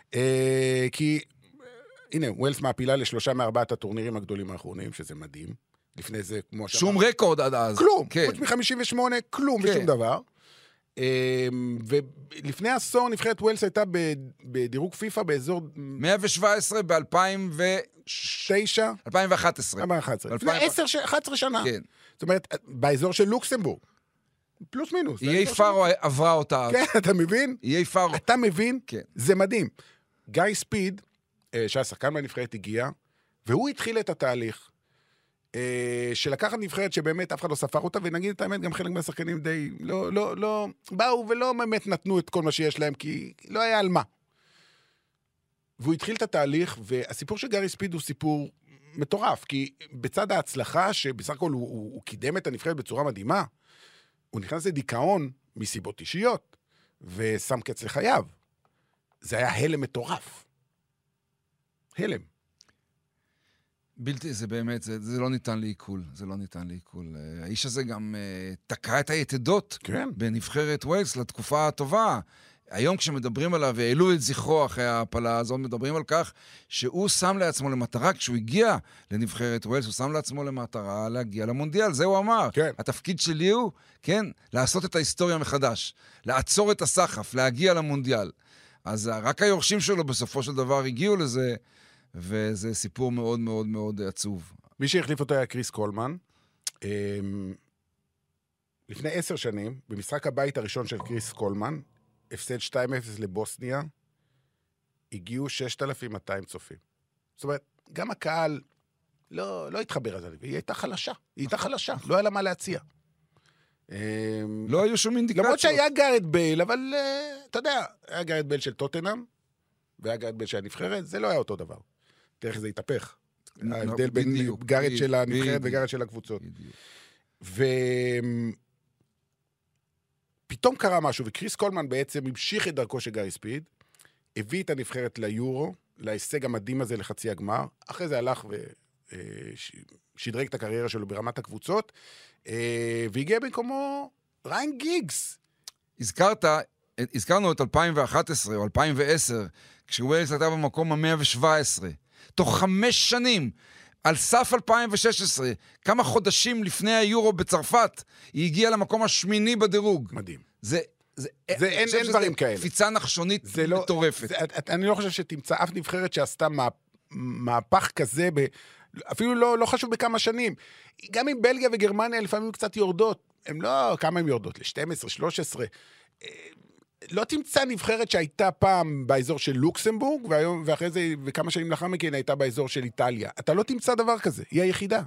Speaker 3: כי, הנה, ווילס מעפילה לשלושה מארבעת הטורנירים הגדולים האחרונים, שזה מדהים. לפני זה, כמו...
Speaker 4: שום רקורד עד אז.
Speaker 3: כלום. חוץ מ-חמישים ושמונה, כלום ושום דבר. ולפני עשור נבחרת ווילס הייתה בדירוג פיפה באזור...
Speaker 4: מאה שבע עשרה ב-אלפיים ותשע? אלפיים ואחת עשרה.
Speaker 3: אלפיים ואחת עשרה. לפני עשר, אחת עשרה שנה.
Speaker 4: כן.
Speaker 3: זאת אומרת, באזור של לוקסמבורג. פלוס מינוס.
Speaker 4: איי פארו עברה אותה.
Speaker 3: כן, אתה מבין?
Speaker 4: איי פארו.
Speaker 3: אתה מבין?
Speaker 4: כן.
Speaker 3: זה מדהים. גיא ספיד, שהשחקן בנבחרת הגיע, והוא התחיל את התהליך. של לקחת נבחרת שבאמת אף אחד לא ספר אותה, ונגיד את האמת, גם חלק מהשחקנים די, לא, לא, לא, באו ולא באמת נתנו את כל מה שיש להם, כי לא היה על מה. והוא התחיל את התהליך, והסיפור של גארי ספיד הוא סיפור מטורף, כי בצד ההצלחה, שבסך הכל הוא, הוא, הוא קידם את הנבחרת בצורה מדהימה, הוא נכנס לדיכאון מסיבות אישיות, ושם קץ לחייו. זה היה הלם מטורף. הלם.
Speaker 4: בלתי, זה באמת, זה, זה לא ניתן לעיכול, זה לא ניתן לעיכול. האיש הזה גם uh, תקע את היתדות
Speaker 3: כן.
Speaker 4: בנבחרת ווילס לתקופה הטובה. היום כשמדברים עליו, והעלו את זכרו אחרי ההפלה הזאת, מדברים על כך שהוא שם לעצמו למטרה, כשהוא הגיע לנבחרת ווילס, הוא שם לעצמו למטרה להגיע למונדיאל, זה הוא אמר.
Speaker 3: כן.
Speaker 4: התפקיד שלי הוא, כן, לעשות את ההיסטוריה מחדש, לעצור את הסחף, להגיע למונדיאל. אז רק היורשים שלו בסופו של דבר הגיעו לזה, וזה סיפור מאוד מאוד מאוד עצוב.
Speaker 3: מי שהחליף אותו היה קריס קולמן. לפני עשר שנים, במשחק הבית הראשון של קריס קולמן, הפסד שתיים אפס לבוסניה, הגיעו שישת אלפים מאתיים צופים. זאת אומרת, גם הקהל לא, לא התחבר על זה, היא הייתה חלשה. היא הייתה חלשה, לא היה לה מה להציע.
Speaker 4: לא היו שום אינדיקציות.
Speaker 3: למרות שהיה גארד בייל, אבל אתה יודע, היה גארד בייל של טוטנהאם, והיה גארד בייל של הנבחרת, זה לא היה אותו דבר. תראה איך זה התהפך. ההבדל בין גארד של הנבחרת וגארד של הקבוצות. ופתאום קרה משהו, וקריס קולמן בעצם המשיך את דרכו של גארי ספיד, הביא את הנבחרת ליורו, להישג המדהים הזה לחצי הגמר, אחרי זה הלך ושדרג את הקריירה שלו ברמת הקבוצות, והגיע במקומו ריין גיגס.
Speaker 4: הזכרת, הזכרנו את אלפיים ואחת עשרה או אלפיים ועשר, כשווילס הייתה במקום ה-מאה ושבע עשרה. תוך חמש שנים, על סף אלפיים ושש עשרה, כמה חודשים לפני היורו בצרפת, היא הגיעה למקום השמיני בדירוג.
Speaker 3: מדהים.
Speaker 4: זה, זה,
Speaker 3: זה אין, אין דברים כאלה.
Speaker 4: קפיצה נחשונית מטורפת.
Speaker 3: לא, זה, אני לא חושב שתמצא אף נבחרת שעשתה מה, מהפך כזה, ב, אפילו לא, לא חשוב בכמה שנים. גם עם בלגיה וגרמניה לפעמים קצת יורדות, הם לא, כמה הם יורדות? ל-שתים עשרה, שלוש עשרה. לא תמצא נבחרת שהייתה פעם באזור של לוקסמבורג, והיום, ואחרי זה, וכמה שנים לאחר מכן, הייתה באזור של איטליה. אתה לא תמצא דבר כזה, היא היחידה.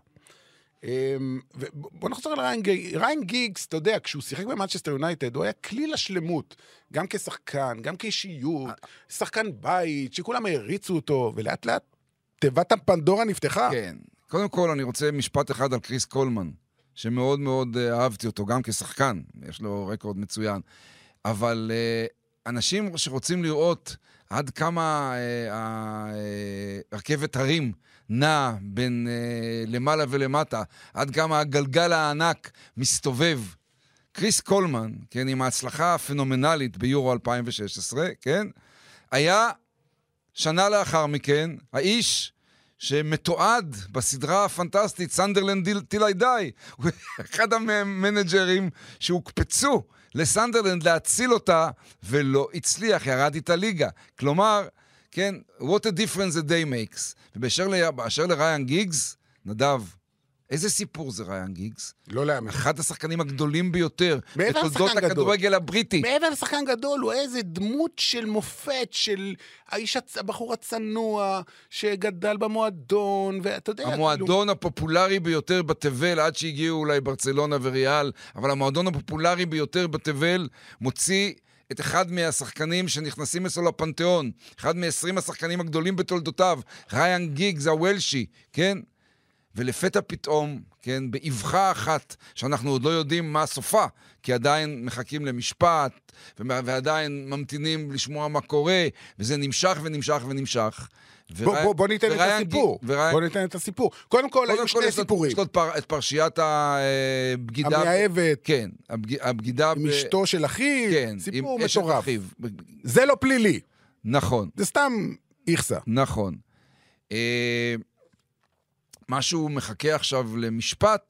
Speaker 3: בוא נחזור על ריין גיגס. ריין גיגס, אתה יודע, כשהוא שיחק במנצ'סטר יונייטד, הוא היה כלי לשלמות, גם כשחקן, גם כאישיות, שחקן בית, שכולם הריצו אותו, ולאט לאט תיבת הפנדורה נפתחה.
Speaker 4: כן. קודם כל, אני רוצה משפט אחד על קריס קולמן, שמאוד מאוד אהבתי אותו, גם כשחקן, יש לו רקורד מצוין. אבל uh, אנשים שרוצים לראות עד כמה uh, הרכבת הרים נע בין uh, למעלה ולמטה, עד כמה הגלגל הענק מסתובב. קריס קולמן, כן, עם ההצלחה הפנומנלית ביורו אלפיים ושש עשרה, כן, היה שנה לאחר מכן, האיש שמתועד בסדרה הפנטסטית, סנדרלנד טיל איי דיי, הוא אחד המנג'רים שהוקפצו לסנדרלנד להציל אותה, ולא הצליח, ירד איתה ליגה. כלומר, כן, what a difference a day makes. ובאשר לריין גיגס, נדב, איזה סיפור זה ריין גיגס?
Speaker 3: לא להאמין.
Speaker 4: אחד השחקנים הגדולים ביותר, בתולדות הכדורגל הבריטי.
Speaker 3: מעבר לשחקן גדול, הוא איזה דמות של מופת, של האיש, הבחור הצנוע, שגדל במועדון, ואתה יודע...
Speaker 4: המועדון הפופולרי ביותר בתבל, עד שהגיעו אולי ברצלונה וריאל, אבל המועדון הפופולרי ביותר בתבל מוציא את אחד מהשחקנים שנכנסים אצלו לפנתיאון, אחד מ-עשרים השחקנים הגדולים בתולדותיו, ריין גיגס, הוולשי, כן? ולפתע פתאום, כן, באבחה אחת, שאנחנו עוד לא יודעים מה סופה, כי עדיין מחכים למשפט, ועדיין ממתינים לשמוע מה קורה, וזה נמשך ונמשך ונמשך.
Speaker 3: בוא, בוא, בוא ניתן את הסיפור. וריין... בוא ניתן את הסיפור. קודם כל, היו שני סיפורים.
Speaker 4: יש לו פר... את פרשיית הבגידה...
Speaker 3: המאהבת.
Speaker 4: כן, הבגידה...
Speaker 3: עם ב... אשתו של אחי.
Speaker 4: כן,
Speaker 3: סיפור
Speaker 4: עם
Speaker 3: מטורף. זה לא פלילי.
Speaker 4: נכון.
Speaker 3: זה סתם איכסה.
Speaker 4: נכון. אה... משהו מחכה עכשיו למשפט,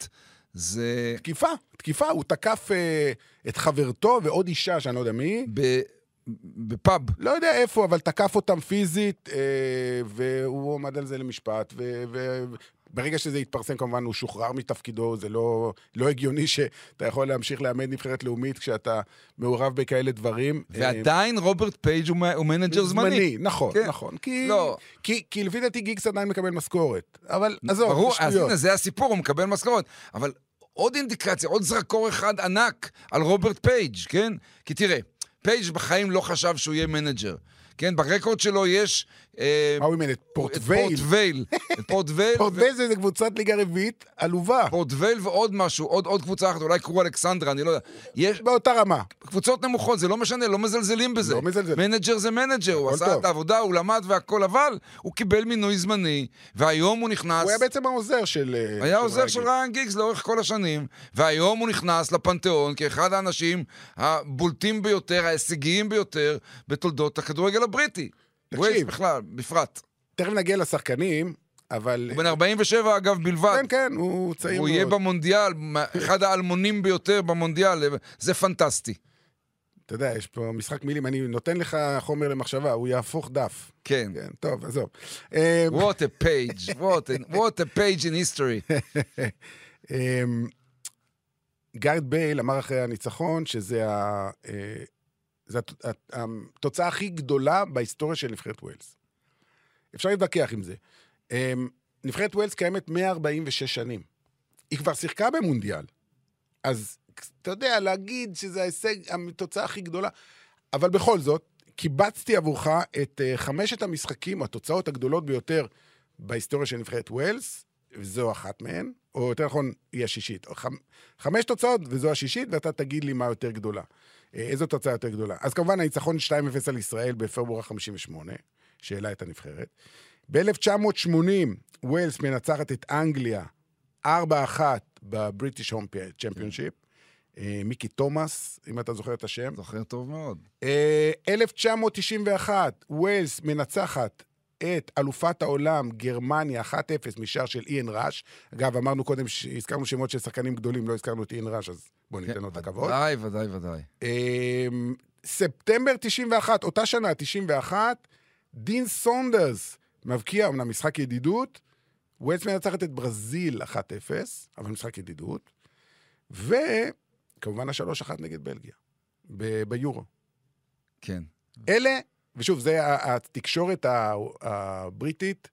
Speaker 4: זה...
Speaker 3: תקיפה, תקיפה, הוא תקף אה, את חברתו ועוד אישה, שאני לא יודע מי.
Speaker 4: ב... בפאב.
Speaker 3: לא יודע איפה, אבל תקף אותם פיזית, אה, והוא עומד על זה למשפט, וברגע שזה התפרסם, כמובן, הוא שוחרר מתפקידו, זה לא, לא הגיוני שאתה יכול להמשיך לאמן נבחרת לאומית כשאתה מעורב בכאלה דברים.
Speaker 4: ועדיין רוברט פייג' הוא, הוא מנג'ר זמני. זמני,
Speaker 3: נכון,
Speaker 4: כן.
Speaker 3: נכון. כי,
Speaker 4: לא.
Speaker 3: כי, כי לפי דעתי גיגס עדיין מקבל משכורת, אבל עזוב,
Speaker 4: ברור,
Speaker 3: זה שטויות.
Speaker 4: אז הנה, זה הסיפור, הוא מקבל משכורת, אבל עוד אינדיקציה, עוד זרקור אחד ענק על רוברט פייג', כן? כי תראה, פייג' בחיים לא חשב שהוא יהיה מנג'ר. כן, ברקורד שלו יש...
Speaker 3: מה הוא אימן? את פורטווייל.
Speaker 4: פורטווייל. פורטווייל.
Speaker 3: פורטווייל זה קבוצת ליגה רביעית, עלובה.
Speaker 4: פורטווייל ועוד משהו, עוד, עוד קבוצה אחת, אולי קראו אלכסנדרה, אני לא יודע. יש...
Speaker 3: באותה רמה.
Speaker 4: קבוצות נמוכות, זה לא משנה, לא מזלזלים בזה.
Speaker 3: לא מזלזל.
Speaker 4: מנג'ר זה מנג'ר, הוא עשה את העבודה, הוא למד והכל, אבל הוא קיבל מינוי זמני, והיום הוא נכנס...
Speaker 3: הוא היה בעצם העוזר של...
Speaker 4: היה עוזר של ריין גיגס לאורך כל השנים, והיום הוא נכנס לפנתיאון כאחד האנשים הבולטים ביותר, ההישגיים ביותר, בתולדות הכדורגל הבריטי. ווילס בכלל, בפרט.
Speaker 3: תכף נגיע לשחקנים, אבל...
Speaker 4: הוא בן ארבעים ושבע אגב בלבד.
Speaker 3: כן, כן, הוא צעיר מאוד.
Speaker 4: הוא יהיה במונדיאל, אחד האלמונים ביותר במונדיאל, זה פנטסטי.
Speaker 3: אתה יודע, יש פה משחק מילים, אני נותן לך חומר למחשבה, הוא יהפוך דף.
Speaker 4: כן.
Speaker 3: כן, טוב, עזוב.
Speaker 4: What a page, what a, what a page in history.
Speaker 3: גארד בייל אמר אחרי הניצחון, שזה ה... זו התוצאה הכי גדולה בהיסטוריה של נבחרת ווילס. אפשר להתווכח עם זה. נבחרת ווילס קיימת מאה ארבעים ושש שנים. היא כבר שיחקה במונדיאל. אז אתה יודע, להגיד שזה ההישג, התוצאה הכי גדולה. אבל בכל זאת, קיבצתי עבורך את חמשת המשחקים, התוצאות הגדולות ביותר בהיסטוריה של נבחרת ווילס, וזו אחת מהן, או יותר נכון, היא השישית. חמש תוצאות, וזו השישית, ואתה תגיד לי מה יותר גדולה. איזו תוצאה יותר גדולה. אז כמובן, הניצחון שתיים אפס על ישראל בפברואר חמישים ושמונה, שאלה את הנבחרת. ב-אלף תשע מאות שמונים, ווילס מנצחת את אנגליה, ארבע אחת בבריטיש הום צ'מפיונשיפ. מיקי תומאס, אם אתה זוכר את השם.
Speaker 4: זוכר טוב מאוד.
Speaker 3: אלף תשע מאות תשעים ואחת, ווילס מנצחת את אלופת העולם, גרמניה, אחת אפס משער של איין ראש. אגב, אמרנו קודם שהזכרנו שמות של שחקנים גדולים, לא הזכרנו את איין ראש, אז בואו ניתן לו את הכבוד.
Speaker 4: ודאי, ודאי, ודאי.
Speaker 3: ספטמבר תשעים ואחת, אותה שנה, תשעים ואחת, דין סונדרס מבקיע, אמנם משחק ידידות, ווילס מנצחת את ברזיל אחת אפס, אבל משחק ידידות, וכמובן השלוש אחת נגד בלגיה, ביורו.
Speaker 4: כן.
Speaker 3: אלה, ושוב, זה התקשורת הבריטית,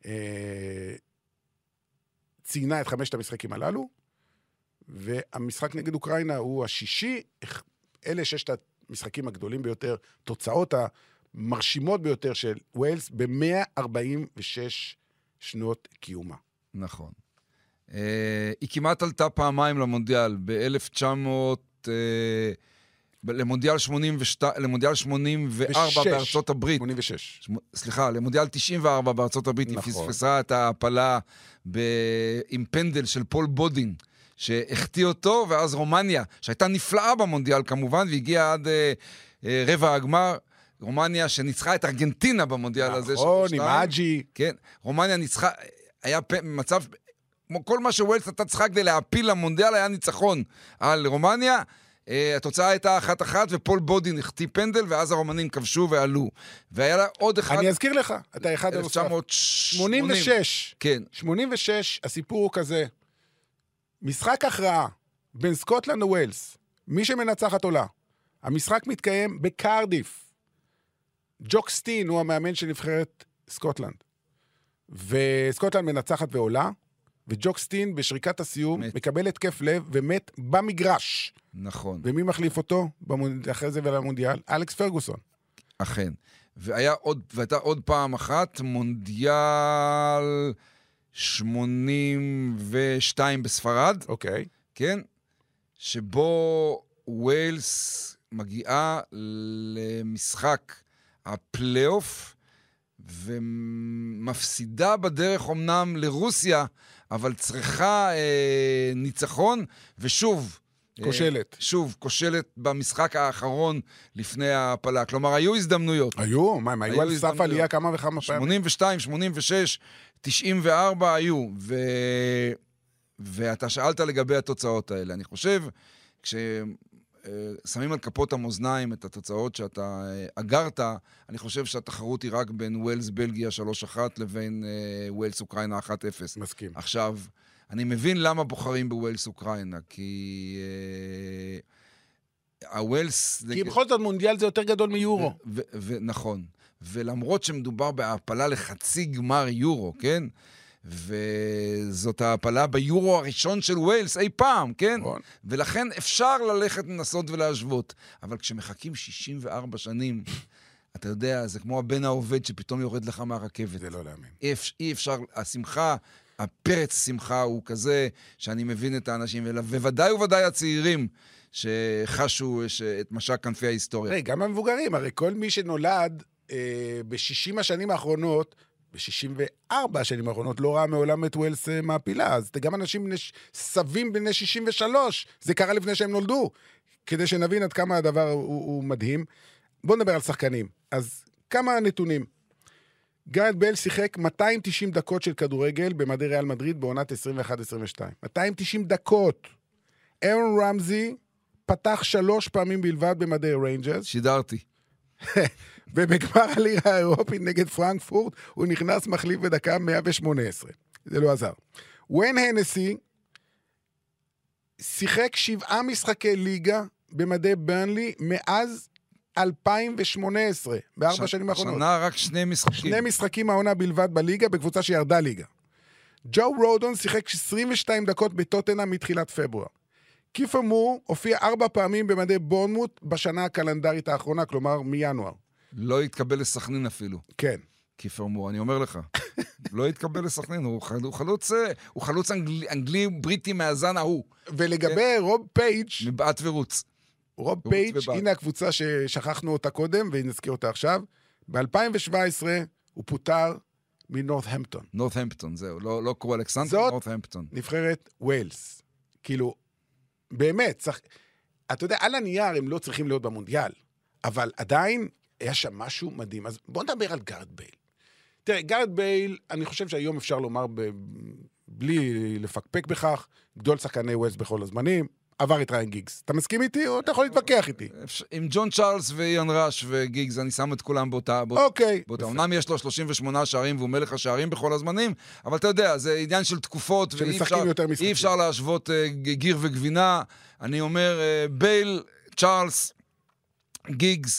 Speaker 3: ציינה את חמשת המשחקים הללו, והמשחק נגד אוקראינה הוא השישי, אלה ששת המשחקים הגדולים ביותר, תוצאות המרשימות ביותר של ווילס, ב-מאה ארבעים ושש שנות קיומה.
Speaker 4: נכון. היא כמעט עלתה פעמיים למונדיאל, ב-אלף תשע מאות... למונדיאל שמונים ושתיים, למונדיאל שמונים וארבע בארצות הברית.
Speaker 3: שמונים ושש.
Speaker 4: סליחה, למונדיאל תשעים וארבע בארצות הברית, נכון. היא פספסה את ההפלה ב... עם פנדל של פול בודין, שהחטיא אותו, ואז רומניה, שהייתה נפלאה במונדיאל כמובן, והגיעה עד אה, אה, רבע הגמר, רומניה שניצחה את ארגנטינה במונדיאל
Speaker 3: נכון,
Speaker 4: הזה.
Speaker 3: נכון, עם אג'י.
Speaker 4: כן, רומניה ניצחה, היה פ... מצב, כל מה שווילס אתה צריכה כדי להפיל למונדיאל, היה ניצחון על רומניה, Uh, התוצאה הייתה אחת אחת, ופול בודין החטיא פנדל, ואז הרומנים כבשו ועלו. והיה לה עוד אחד...
Speaker 3: אני אזכיר לך, אתה אחד
Speaker 4: אלף תשע מאות
Speaker 3: שמונים ושש.
Speaker 4: כן.
Speaker 3: שמונים ושש, הסיפור הוא כזה. משחק הכרעה בין סקוטלנד לווילס, מי שמנצחת עולה. המשחק מתקיים בקרדיף. ג'וק סטין הוא המאמן של נבחרת סקוטלנד. וסקוטלנד מנצחת ועולה, וג'וק סטין בשריקת הסיום מת. מקבל התקף לב ומת במגרש.
Speaker 4: נכון.
Speaker 3: ומי מחליף אותו במונד... אחרי זה ולמונדיאל? אלכס פרגוסון.
Speaker 4: אכן. והיה עוד, והייתה עוד פעם אחת, מונדיאל שמונים ושתיים בספרד.
Speaker 3: אוקיי.
Speaker 4: כן? שבו ווילס מגיעה למשחק הפלייאוף, ומפסידה בדרך אומנם לרוסיה, אבל צריכה אה, ניצחון, ושוב...
Speaker 3: כושלת.
Speaker 4: אה, שוב, כושלת במשחק האחרון לפני ההפלה. כלומר, היו הזדמנויות.
Speaker 3: היו? מה, הם היו, היו על סף עלייה כמה וכמה פעמים?
Speaker 4: שמונים ושתיים, שמונים ושש, תשעים וארבע היו, ו... ואתה שאלת לגבי התוצאות האלה. אני חושב, כששמים על כפות המאזניים את התוצאות שאתה אגרת, אני חושב שהתחרות היא רק בין ווילס בלגיה שלוש אחת לבין ווילס אוקראינה אחת אפס.
Speaker 3: מסכים.
Speaker 4: עכשיו, אני מבין למה בוחרים בווילס אוקראינה, כי הווילס...
Speaker 3: כי בכל זאת מונדיאל זה יותר גדול מיורו.
Speaker 4: נכון. ולמרות שמדובר בהעפלה לחצי גמר יורו, כן? וזאת ההעפלה ביורו הראשון של ווילס אי פעם, כן?
Speaker 3: נכון.
Speaker 4: ולכן אפשר ללכת לנסות ולהשוות. אבל כשמחכים שישים וארבע שנים, אתה יודע, זה כמו הבן העובד שפתאום יורד לך מהרכבת.
Speaker 3: זה לא להאמין.
Speaker 4: אי, אי אפשר, השמחה, הפרץ שמחה הוא כזה שאני מבין את האנשים, ובוודאי ובוודאי הצעירים שחשו את משק כנפי ההיסטוריה.
Speaker 3: רגע, גם המבוגרים, הרי כל מי שנולד אה, ב-שישים השנים האחרונות, ב-שישים וארבע השנים האחרונות, לא ראה מעולם את ווילס אה, מעפילה, אז גם אנשים בני, סבים בני שישים ושלוש, זה קרה לפני שהם נולדו, כדי שנבין עד כמה הדבר הוא, הוא מדהים. בואו נדבר על שחקנים. אז כמה נתונים. גארד בייל שיחק מאתיים ותשעים דקות של כדורגל במדי ריאל מדריד בעונת עשרים ואחת עשרים ושתיים. מאתיים ותשעים דקות. אירון רמזי פתח שלוש פעמים בלבד במדי ריינג'רס.
Speaker 4: שידרתי.
Speaker 3: ובגמר הליגה האירופית נגד פרנקפורט, הוא נכנס מחליף בדקה מאה ושמונה עשרה. זה לא עזר. וויין הנסי שיחק שבעה משחקי ליגה במדי ברנלי מאז אלפיים ושמונה עשרה, בארבע ש... שנים האחרונות.
Speaker 4: שנה רק שני משחקים.
Speaker 3: שני משחקים העונה בלבד בליגה, בקבוצה שירדה ליגה. ג'ו רודון שיחק עשרים ושתיים דקות בטוטנהאם מתחילת פברואר. קיפר מור הופיע ארבע פעמים במדי בורנמוט בשנה הקלנדרית האחרונה, כלומר מינואר.
Speaker 4: לא התקבל לסכנין אפילו.
Speaker 3: כן.
Speaker 4: קיפר מור, אני אומר לך. לא התקבל לסכנין, הוא, חל... הוא חלוץ, הוא חלוץ אנגלי, אנגלי בריטי מהזן ההוא.
Speaker 3: ולגבי
Speaker 4: כן?
Speaker 3: רוב פייג'
Speaker 4: מבעט ורוץ.
Speaker 3: רוב פייג', הנה הקבוצה ששכחנו אותה קודם, ונזכיר אותה עכשיו. ב-אלפיים שבע עשרה הוא פוטר מנורת'המפטון.
Speaker 4: נורת'המפטון, זהו. לא, לא קרו אלכסנדר, נורת'המפטון.
Speaker 3: נבחרת ווילס. כאילו, באמת, צריך... אתה יודע, על הנייר הם לא צריכים להיות במונדיאל, אבל עדיין היה שם משהו מדהים. אז בואו נדבר על גארד בייל. תראה, גארד בייל, אני חושב שהיום אפשר לומר, ב... בלי לפקפק בכך, גדול שחקני ווילס בכל הזמנים, עבר את ריין גיגס. אתה מסכים איתי או אתה יכול להתווכח איתי?
Speaker 4: עם ג'ון צ'ארלס ואיאן ראש וגיגס, אני שם את כולם באותה...
Speaker 3: אוקיי.
Speaker 4: אומנם יש לו שלושים ושמונה שערים והוא מלך השערים בכל הזמנים, אבל אתה יודע, זה עניין של תקופות, ואי אפשר להשוות גיר וגבינה. אני אומר, בייל, צ'ארלס, גיגס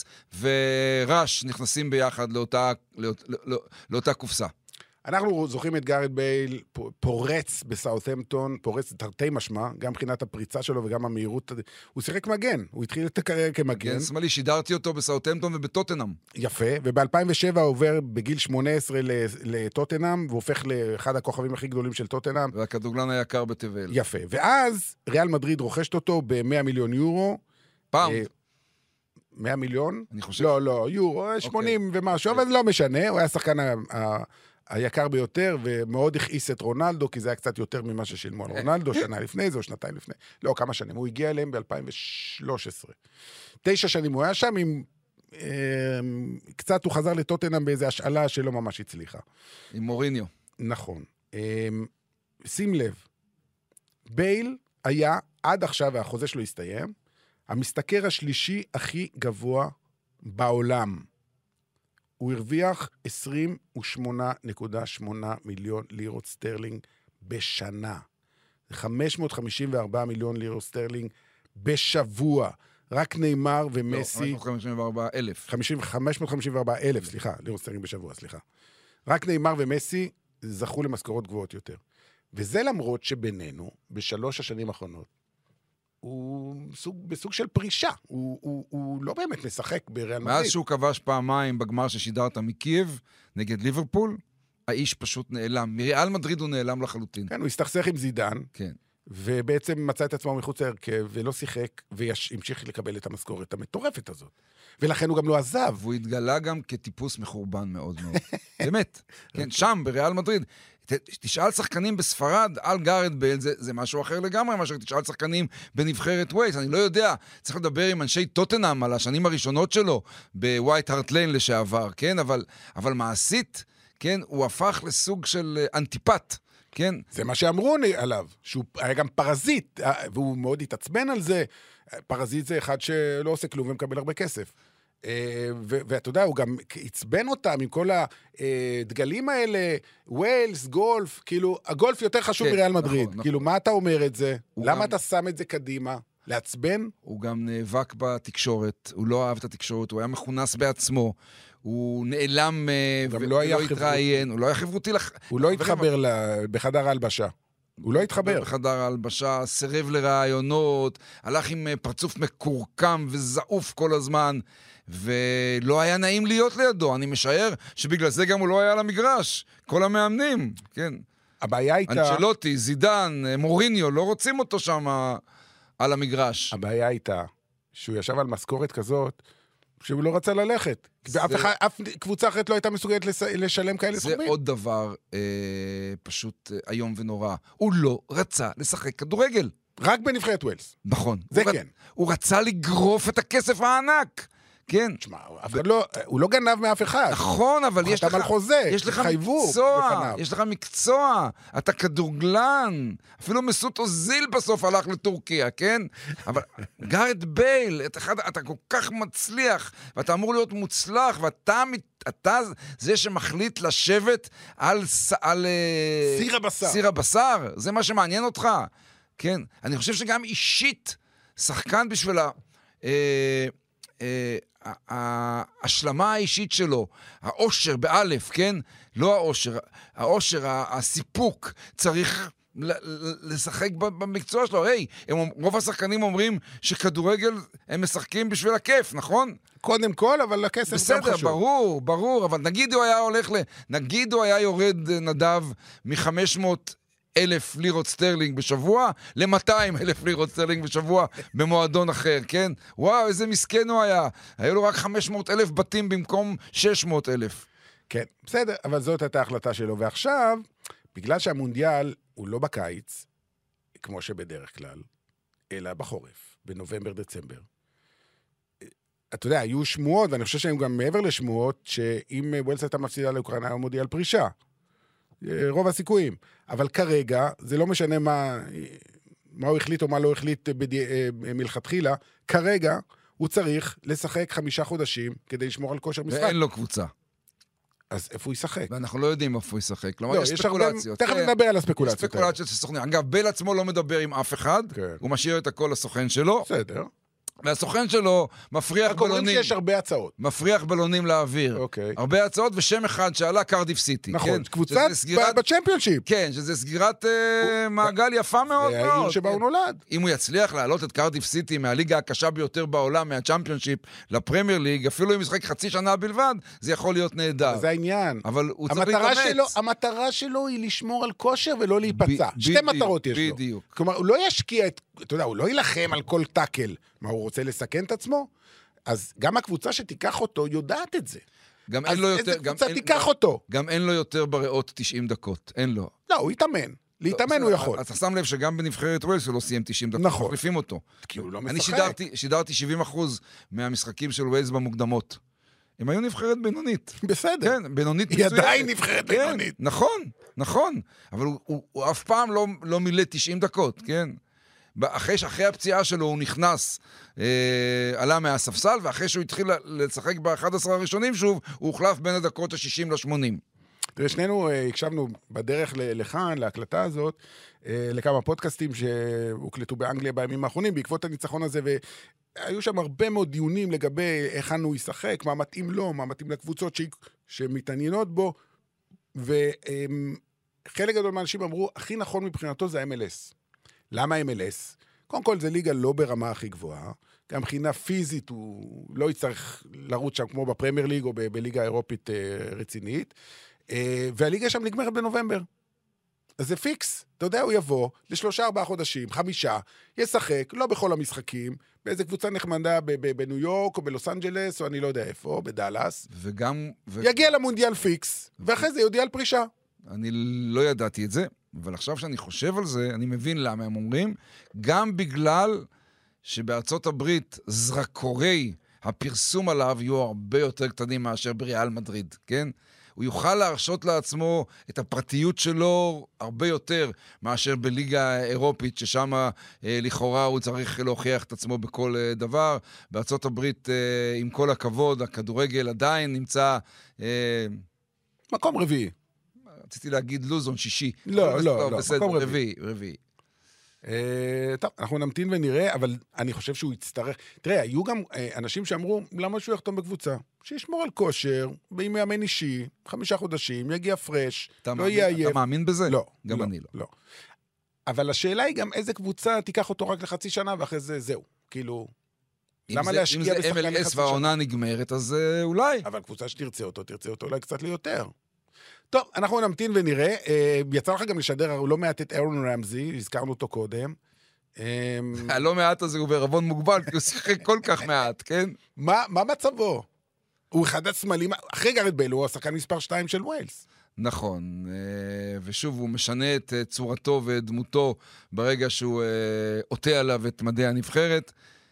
Speaker 4: וראש נכנסים ביחד לאותה, לאותה, לאותה קופסה.
Speaker 3: אנחנו זוכרים את גארד בייל פורץ בסאות'המפטון, פורץ תרתי משמע, גם מבחינת הפריצה שלו וגם המהירות. הוא שיחק מגן, הוא התחיל את הקריירה כמגן.
Speaker 4: כן, שמאלי, שידרתי אותו בסאות'המפטון ובטוטנהאם.
Speaker 3: יפה, וב-אלפיים ושבע הוא עובר בגיל שמונה עשרה לטוטנהאם, והופך לאחד הכוכבים הכי גדולים של טוטנהאם.
Speaker 4: והכדורגלן היקר בתבל.
Speaker 3: יפה, ואז ריאל מדריד רוכשת אותו ב-מאה מיליון יורו.
Speaker 4: פאונד.
Speaker 3: מאה מיליון?
Speaker 4: אני חושב.
Speaker 3: לא, לא, יורו, שמונים ומשהו, אבל לא משנה, הוא היה שחקן ה... היקר ביותר, ומאוד הכעיס את רונלדו, כי זה היה קצת יותר ממה ששילמו על רונלדו, שנה לפני זה או שנתיים לפני. לא, כמה שנים. הוא הגיע אליהם ב-אלפיים ושלוש עשרה. תשע שנים הוא היה שם, עם... אה, קצת הוא חזר לטוטנהאם באיזו השאלה שלא ממש הצליחה.
Speaker 4: עם מוריניו.
Speaker 3: נכון. אה, שים לב, בייל היה, עד עכשיו, והחוזה שלו הסתיים, המשתכר השלישי הכי גבוה בעולם. הוא הרוויח עשרים ושמונה נקודה שמונה מיליון לירות סטרלינג בשנה. חמש מאות חמישים וארבעה מיליון לירות סטרלינג בשבוע. רק ניימר ומסי...
Speaker 4: לא, חמש מאות חמישים וארבעה אלף.
Speaker 3: חמש מאות חמישים וארבעה אלף, סליחה, לירות סטרלינג בשבוע, סליחה. רק ניימר ומסי זכו למשכורות גבוהות יותר. וזה למרות שבינינו, בשלוש השנים האחרונות, הוא סוג, בסוג של פרישה. הוא, הוא, הוא לא באמת משחק בריאל מדריד.
Speaker 4: מאז שהוא כבש פעמיים בגמר ששידרת מקייב נגד ליברפול, האיש פשוט נעלם. מריאל מדריד הוא נעלם לחלוטין.
Speaker 3: כן, הוא הסתכסך עם זידן,
Speaker 4: כן.
Speaker 3: ובעצם מצא את עצמו מחוץ להרכב, ולא שיחק, והמשיך לקבל את המשכורת המטורפת הזאת. ולכן הוא גם לא עזב.
Speaker 4: והוא התגלה גם כטיפוס מחורבן מאוד מאוד. באמת. כן, שם, בריאל מדריד. תשאל שחקנים בספרד על גארד בייל, זה, זה משהו אחר לגמרי, מה שתשאל שחקנים בנבחרת ווילס. אני לא יודע, צריך לדבר עם אנשי טוטנהאם על השנים הראשונות שלו, בווייט הארט ליין לשעבר, כן? אבל, אבל מעשית, כן, הוא הפך לסוג של אנטיפט. כן?
Speaker 3: זה מה שאמרו עליו, שהוא היה גם פרזיט, והוא מאוד התעצבן על זה. פרזיט זה אחד שלא עושה כלום ומקבל הרבה כסף. ואתה יודע, הוא גם הצבן אותם עם כל הדגלים האלה, ווילס, גולף, כאילו, הגולף יותר חשוב מריאל מדריד. כאילו, מה אתה אומר את זה? למה אתה שם את זה קדימה? לעצבן?
Speaker 4: הוא גם נאבק בתקשורת, הוא לא אהב את התקשורת, הוא היה מכונס בעצמו, הוא נעלם ולא התראיין, הוא לא היה חברותי.
Speaker 3: הוא לא התחבר בחדר ההלבשה. הוא לא התחבר.
Speaker 4: בחדר ההלבשה, סירב לרעיונות, הלך עם פרצוף מקורקם וזעוף כל הזמן, ולא היה נעים להיות לידו. אני משער שבגלל זה גם הוא לא היה על המגרש. כל המאמנים, כן.
Speaker 3: הבעיה הייתה...
Speaker 4: אנצ'לוטי, זידן, מוריניו, לא רוצים אותו שם על המגרש.
Speaker 3: הבעיה הייתה שהוא ישב על משכורת כזאת, שהוא לא רצה ללכת. זה... ואף אחד, אף קבוצה אחרת לא הייתה מסוגלת לס... לשלם כאלה סכומים.
Speaker 4: זה עוד דבר אה, פשוט אה, היום ונורא. הוא לא רצה לשחק כדורגל.
Speaker 3: רק בנבחרת ווילס.
Speaker 4: נכון.
Speaker 3: זה
Speaker 4: הוא
Speaker 3: כן.
Speaker 4: רצ... הוא רצה לגרוף את הכסף הענק. כן.
Speaker 3: תשמע, ו... לא, הוא לא גנב מאף אחד.
Speaker 4: נכון, אבל יש לך,
Speaker 3: חוזה,
Speaker 4: יש לך מקצוע, בפניו. יש לך מקצוע, אתה כדורגלן, אפילו מסות אוזיל בסוף הלך לטורקיה, כן? אבל גארד בייל, אתה, אתה כל כך מצליח, ואתה אמור להיות מוצלח, ואתה אתה זה שמחליט לשבת על, על
Speaker 3: סיר הבשר.
Speaker 4: סיר הבשר, זה מה שמעניין אותך, כן? אני חושב שגם אישית, שחקן בשביל ה... אה, אה, ההשלמה האישית שלו, האושר באלף, כן? לא האושר, האושר, הסיפוק, צריך לשחק במקצוע שלו. היי, רוב השחקנים אומרים שכדורגל הם משחקים בשביל הכיף, נכון?
Speaker 3: קודם כל, אבל הכסף גם חשוב.
Speaker 4: בסדר, ברור, ברור, אבל נגיד הוא היה הולך ל... נגיד הוא היה יורד נדב מ-חמש מאות אלף לירות סטרלינג בשבוע, ל-מאתיים אלף לירות סטרלינג בשבוע במועדון אחר, כן? וואו, איזה מסכן הוא היה. היו לו רק חמש מאות אלף בתים במקום שש מאות אלף.
Speaker 3: כן, בסדר, אבל זאת הייתה ההחלטה שלו. ועכשיו, בגלל שהמונדיאל הוא לא בקיץ, כמו שבדרך כלל, אלא בחורף, בנובמבר-דצמבר. אתה יודע, היו שמועות, ואני חושב שהיו גם מעבר לשמועות, שאם ווילס הייתה מפסידה לאוקראינה, הוא מודיע על פרישה. רוב הסיכויים. אבל כרגע, זה לא משנה מה, מה הוא החליט או מה לא החליט בדי, מלכתחילה, כרגע הוא צריך לשחק חמישה חודשים כדי לשמור על כושר משחק.
Speaker 4: ואין לו קבוצה.
Speaker 3: אז איפה הוא ישחק?
Speaker 4: ואנחנו לא יודעים איפה הוא ישחק. כלומר,
Speaker 3: לא,
Speaker 4: יש
Speaker 3: יש
Speaker 4: ספקולציות.
Speaker 3: הרבה, תכף נדבר על הספקולציות.
Speaker 4: יש ספקולציות של סוכנים. אגב, בל עצמו לא מדבר עם אף אחד,
Speaker 3: כן.
Speaker 4: הוא משאיר את הכל לסוכן שלו.
Speaker 3: בסדר.
Speaker 4: והסוכן שלו מפריח בלונים.
Speaker 3: אומרים שיש הרבה הצעות.
Speaker 4: מפריח בלונים לאוויר.
Speaker 3: אוקיי.
Speaker 4: הרבה הצעות, ושם אחד שעלה קרדיף סיטי.
Speaker 3: נכון,
Speaker 4: כן?
Speaker 3: קבוצת
Speaker 4: סגירת...
Speaker 3: בצ'מפיונשיפ.
Speaker 4: כן, שזה סגירת uh, מעגל יפה מאוד
Speaker 3: זה
Speaker 4: מאוד.
Speaker 3: העיר שבה
Speaker 4: כן.
Speaker 3: הוא נולד.
Speaker 4: אם הוא יצליח להעלות את קרדיף סיטי מהליגה הקשה ביותר בעולם, מהצ'מפיונשיפ לפרמייר ליג, אפילו אם ישחק חצי שנה בלבד, זה יכול להיות נהדר.
Speaker 3: זה העניין.
Speaker 4: אבל הוא צריך
Speaker 3: המטרה
Speaker 4: להתאמץ.
Speaker 3: שלו, המטרה שלו היא לשמור על כושר ולא להיפצע.
Speaker 4: ב-
Speaker 3: שתי
Speaker 4: בדיוק,
Speaker 3: מטרות יש לו.
Speaker 4: בדיוק.
Speaker 3: כלומר, הוא לא ישקיע את, אתה יודע, הוא לא ילחם על כל טאקל. מה, הוא רוצה לסכן את עצמו? אז גם הקבוצה שתיקח אותו יודעת את זה.
Speaker 4: גם אין לו יותר...
Speaker 3: איזה
Speaker 4: גם
Speaker 3: קבוצה
Speaker 4: אין,
Speaker 3: תיקח
Speaker 4: גם,
Speaker 3: אותו?
Speaker 4: גם אין לו יותר בריאות תשעים דקות. אין לו.
Speaker 3: לא, הוא יתאמן. להתאמן הוא יכול.
Speaker 4: אתה שם לב שגם בנבחרת ווילס הוא לא סיים תשעים דקות.
Speaker 3: נכון.
Speaker 4: מחליפים אותו.
Speaker 3: כי הוא לא
Speaker 4: אני
Speaker 3: משחק.
Speaker 4: שידרתי, שידרתי שבעים אחוז מהמשחקים של ווילס במוקדמות. הם היו נבחרת בינונית.
Speaker 3: בסדר.
Speaker 4: כן, בינונית
Speaker 3: היא
Speaker 4: מצוינת.
Speaker 3: עדיין נבחרת
Speaker 4: כן,
Speaker 3: בינונית.
Speaker 4: נכון, נכון. אבל הוא, הוא, הוא אף פעם לא, לא מילא תשעים דקות, כן? אחרי, אחרי הפציעה שלו הוא נכנס, אה, עלה מהספסל, ואחרי שהוא התחיל לשחק ב-אחד עשר הראשונים שוב, הוא הוחלף בין הדקות ה-שישים ל-שמונים.
Speaker 3: תראה, שנינו אה, הקשבנו בדרך לכאן, להקלטה הזאת, אה, לכמה פודקאסטים שהוקלטו באנגליה בימים האחרונים, בעקבות הניצחון הזה, והיו שם הרבה מאוד דיונים לגבי איך הוא ישחק, מה מתאים לו, מה מתאים לקבוצות ש... שמתעניינות בו, וחלק גדול מהאנשים אמרו, הכי נכון מבחינתו זה ה-אם אל אס. למה ה-אם אל אס? קודם כל, זה ליגה לא ברמה הכי גבוהה, גם מבחינה פיזית הוא לא יצטרך לרוץ שם כמו בפרמייר ליג או ב- בליגה האירופית אה, רצינית, אה, והליגה שם נגמרת בנובמבר. אז זה פיקס, אתה יודע, הוא יבוא לשלושה ארבעה חודשים, חמישה, ישחק, לא בכל המשחקים, באיזה קבוצה נחמדה ב- ב- בניו יורק או בלוס אנג'לס, או אני לא יודע איפה, בדלס,
Speaker 4: וגם... ו...
Speaker 3: יגיע למונדיאל פיקס, ואחרי זה יודיע על פרישה.
Speaker 4: אני לא ידעתי את זה, אבל עכשיו שאני חושב על זה, אני מבין למה הם אומרים, גם בגלל שבארצות הברית זרקורי הפרסום עליו יהיו הרבה יותר קטנים מאשר בריאל מדריד, כן? הוא יוכל להרשות לעצמו את הפרטיות שלו הרבה יותר מאשר בליגה האירופית, ששם אה, לכאורה הוא צריך להוכיח את עצמו בכל אה, דבר. בארצות הברית, אה, עם כל הכבוד, הכדורגל עדיין נמצא... אה,
Speaker 3: מקום רביעי.
Speaker 4: רציתי להגיד לוזון שישי.
Speaker 3: לא, לא, לא,
Speaker 4: בסדר,
Speaker 3: מקום
Speaker 4: רביעי, רביעי.
Speaker 3: Uh, טוב, אנחנו נמתין ונראה, אבל אני חושב שהוא יצטרך... תראה, היו גם uh, אנשים שאמרו, למה שהוא יחתום בקבוצה? שישמור על כושר, בימי מאמן אישי, חמישה חודשים, יגיע פרש, לא יהיה עייף.
Speaker 4: אתה מאמין בזה?
Speaker 3: לא.
Speaker 4: גם
Speaker 3: לא,
Speaker 4: אני לא.
Speaker 3: לא. אבל השאלה היא גם איזה קבוצה תיקח אותו רק לחצי שנה, ואחרי זה זהו. כאילו, למה להשקיע בשחקן לחצי שנה?
Speaker 4: אם זה אם אל אס והעונה נגמרת, אז uh, אולי.
Speaker 3: אבל קבוצה שתרצה אותו, תרצה אותו אולי קצת ליותר. טוב, אנחנו נמתין ונראה. Uh, יצא לך גם לשדר לא מעט את אירון רמזי, הזכרנו אותו קודם.
Speaker 4: הלא מעט הזה הוא בערבון מוגבל, כי הוא שיחק כל כך מעט, כן?
Speaker 3: מה, מה מצבו? הוא אחד הסמלים, אחרי גארד בייל, הוא השחקן מספר שתיים של ווילס.
Speaker 4: נכון, ושוב, הוא משנה את צורתו ודמותו ברגע שהוא עוטה עליו את מדעי הנבחרת.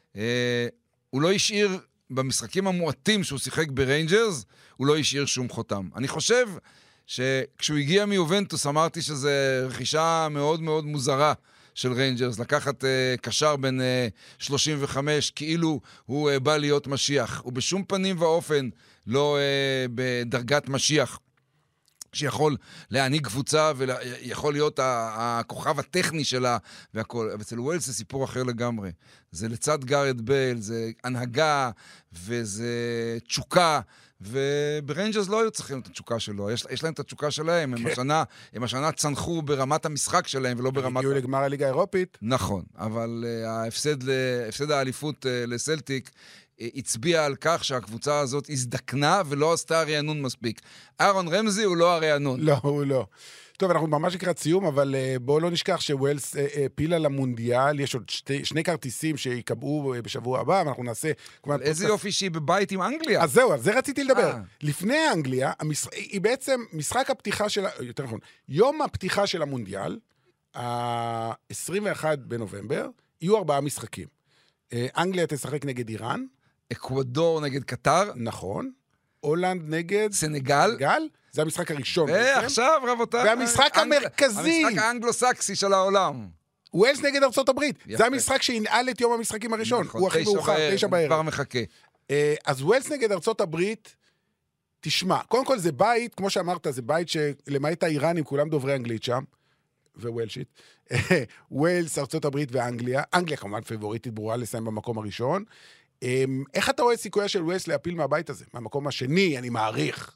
Speaker 4: הוא לא השאיר, במשחקים המועטים שהוא שיחק בריינג'רס, הוא לא השאיר שום חותם. אני חושב שכשהוא הגיע מיובנטוס, אמרתי שזו רכישה מאוד מאוד מוזרה, של ריינג'רס, לקחת uh, קשר בין uh, שלושים וחמש, כאילו הוא uh, בא להיות משיח. הוא בשום פנים ואופן לא uh, בדרגת משיח, שיכול להעניק קבוצה ויכול להיות הכוכב הטכני שלה והכל. אבל אצל ווילס זה סיפור אחר לגמרי. זה לצד גארד בייל, זה הנהגה וזה תשוקה, ובריינג'רס לא היו צריכים את התשוקה שלו, יש, יש להם את התשוקה שלהם, הם, השנה, הם השנה צנחו ברמת המשחק שלהם ולא ברמת...
Speaker 3: הגיעו לגמר הליגה האירופית.
Speaker 4: נכון, אבל uh, ההפסד, ההפסד האליפות uh, לסלטיק uh, הצביע על כך שהקבוצה הזאת הזדקנה ולא עשתה רענון מספיק. אירון רמזי הוא לא הרענון.
Speaker 3: לא, הוא לא. טוב, אנחנו ממש לקראת סיום, אבל uh, בואו לא נשכח שווילס uh, פילה למונדיאל, יש עוד שתי, שני כרטיסים שיקבעו uh, בשבוע הבא, ואנחנו נעשה...
Speaker 4: איזה יופי שהיא בבית עם אנגליה.
Speaker 3: אז זהו, על זה רציתי לדבר. 아. לפני אנגליה, המש... היא בעצם משחק הפתיחה של... יותר נכון, יום הפתיחה של המונדיאל, ה-עשרים ואחד בנובמבר, יהיו ארבעה משחקים. Uh, אנגליה תשחק נגד איראן.
Speaker 4: אקוודור נגד קטר.
Speaker 3: נכון. הולנד נגד...
Speaker 4: סנגל.
Speaker 3: סנגל. זה המשחק הראשון.
Speaker 4: ועכשיו, רבותיי...
Speaker 3: והמשחק המרכזי.
Speaker 4: המשחק האנגלו-סקסי של העולם.
Speaker 3: ווילס נגד ארצות הברית. זה המשחק שינעל את יום המשחקים הראשון. הוא הכי מאוחר, תשע בערב.
Speaker 4: כבר מחכה.
Speaker 3: אז ווילס נגד ארצות הברית, תשמע, קודם כל זה בית, כמו שאמרת, זה בית שלמעט האיראנים, כולם דוברי אנגלית שם, וווילשית. ווילס, ארצות הברית ואנגליה. אנגליה כמובן פבוריטית ברורה לסיים במקום הראשון. איך אתה רואה סיכויה של ווילס להפיל מהבית הזה? מהמקום השני, אני מעריך.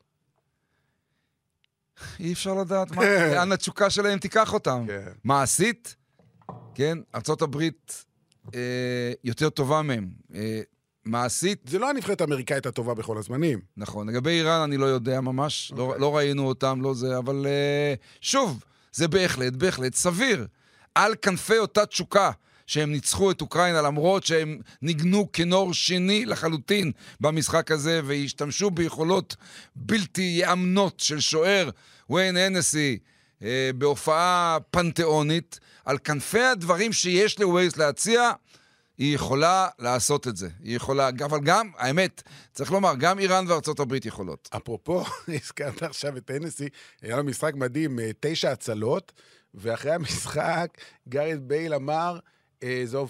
Speaker 4: אי אפשר לדעת מה, לאן התשוקה שלהם תיקח אותם. מעשית, כן, ארצות הברית אה, יותר טובה מהם. אה, מעשית...
Speaker 3: זה לא הנבחרת האמריקאית הטובה בכל הזמנים.
Speaker 4: נכון, לגבי איראן אני לא יודע ממש, okay. לא, לא ראינו אותם, לא זה, אבל אה, שוב, זה בהחלט, בהחלט סביר. על כנפי אותה תשוקה שהם ניצחו את אוקראינה, למרות שהם ניגנו כנור שני לחלוטין במשחק הזה, והשתמשו ביכולות בלתי יאמנות של שוער וויין הנסי, אה, בהופעה פנתיאונית, על כנפי הדברים שיש לווילס להציע, היא יכולה לעשות את זה. היא יכולה, אבל גם, האמת, צריך לומר, גם איראן וארצות הברית יכולות.
Speaker 3: אפרופו, הזכרת עכשיו את הנסי, היה לו משחק מדהים, תשע הצלות, ואחרי המשחק, גארד בייל אמר, זו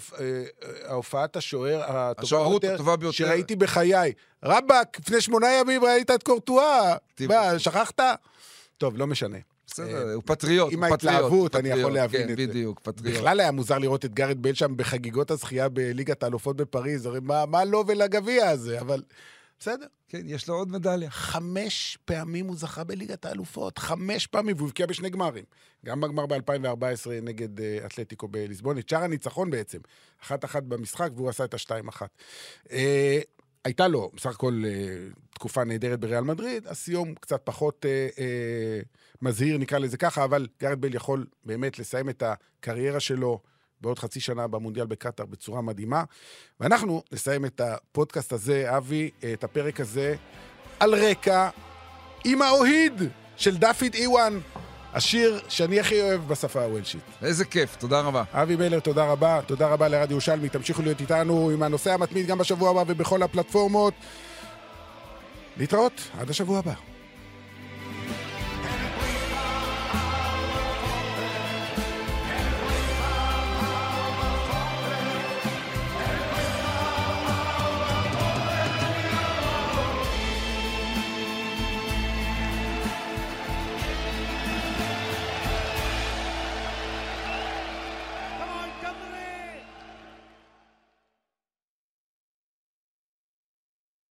Speaker 3: ההופעת השוער
Speaker 4: הטובה ביותר
Speaker 3: שראיתי בחיי. רבק, לפני שמונה ימים ראית את קורטואה. מה, שכחת? טוב, לא משנה.
Speaker 4: בסדר, הוא פטריוט.
Speaker 3: עם ההתלהבות, אני יכול להבין את זה.
Speaker 4: בדיוק, פטריוט.
Speaker 3: בכלל היה מוזר לראות את גארד בייל שם בחגיגות הזכייה בליגת האלופות בפריז. מה לא ולגביע הזה, אבל... בסדר.
Speaker 4: כן, יש לו עוד מדליה.
Speaker 3: חמש פעמים הוא זכה בליגת האלופות. חמש פעמים, והוא הבקיע בשני גמרים. גם בגמר ב-אלפיים וארבע עשרה נגד uh, אתלטיקו בליסבון. את שער הניצחון בעצם. אחת אחת במשחק, והוא עשה את השתיים אחת. Uh, הייתה לו, בסך הכל, uh, תקופה נהדרת בריאל מדריד. הסיום קצת פחות uh, uh, מזהיר, נקרא לזה ככה, אבל גארד בייל יכול באמת לסיים את הקריירה שלו בעוד חצי שנה במונדיאל בקטר בצורה מדהימה. ואנחנו נסיים את הפודקאסט הזה, אבי, את הפרק הזה, על רקע עם האוהיד של דוד איואן, השיר שאני הכי אוהב בשפה הוולשית.
Speaker 4: איזה כיף, תודה רבה.
Speaker 3: אבי מלר, תודה רבה. תודה רבה לרדיו ירושלמי. תמשיכו להיות איתנו עם הנושא המתמיד גם בשבוע הבא ובכל הפלטפורמות. להתראות, עד השבוע הבא.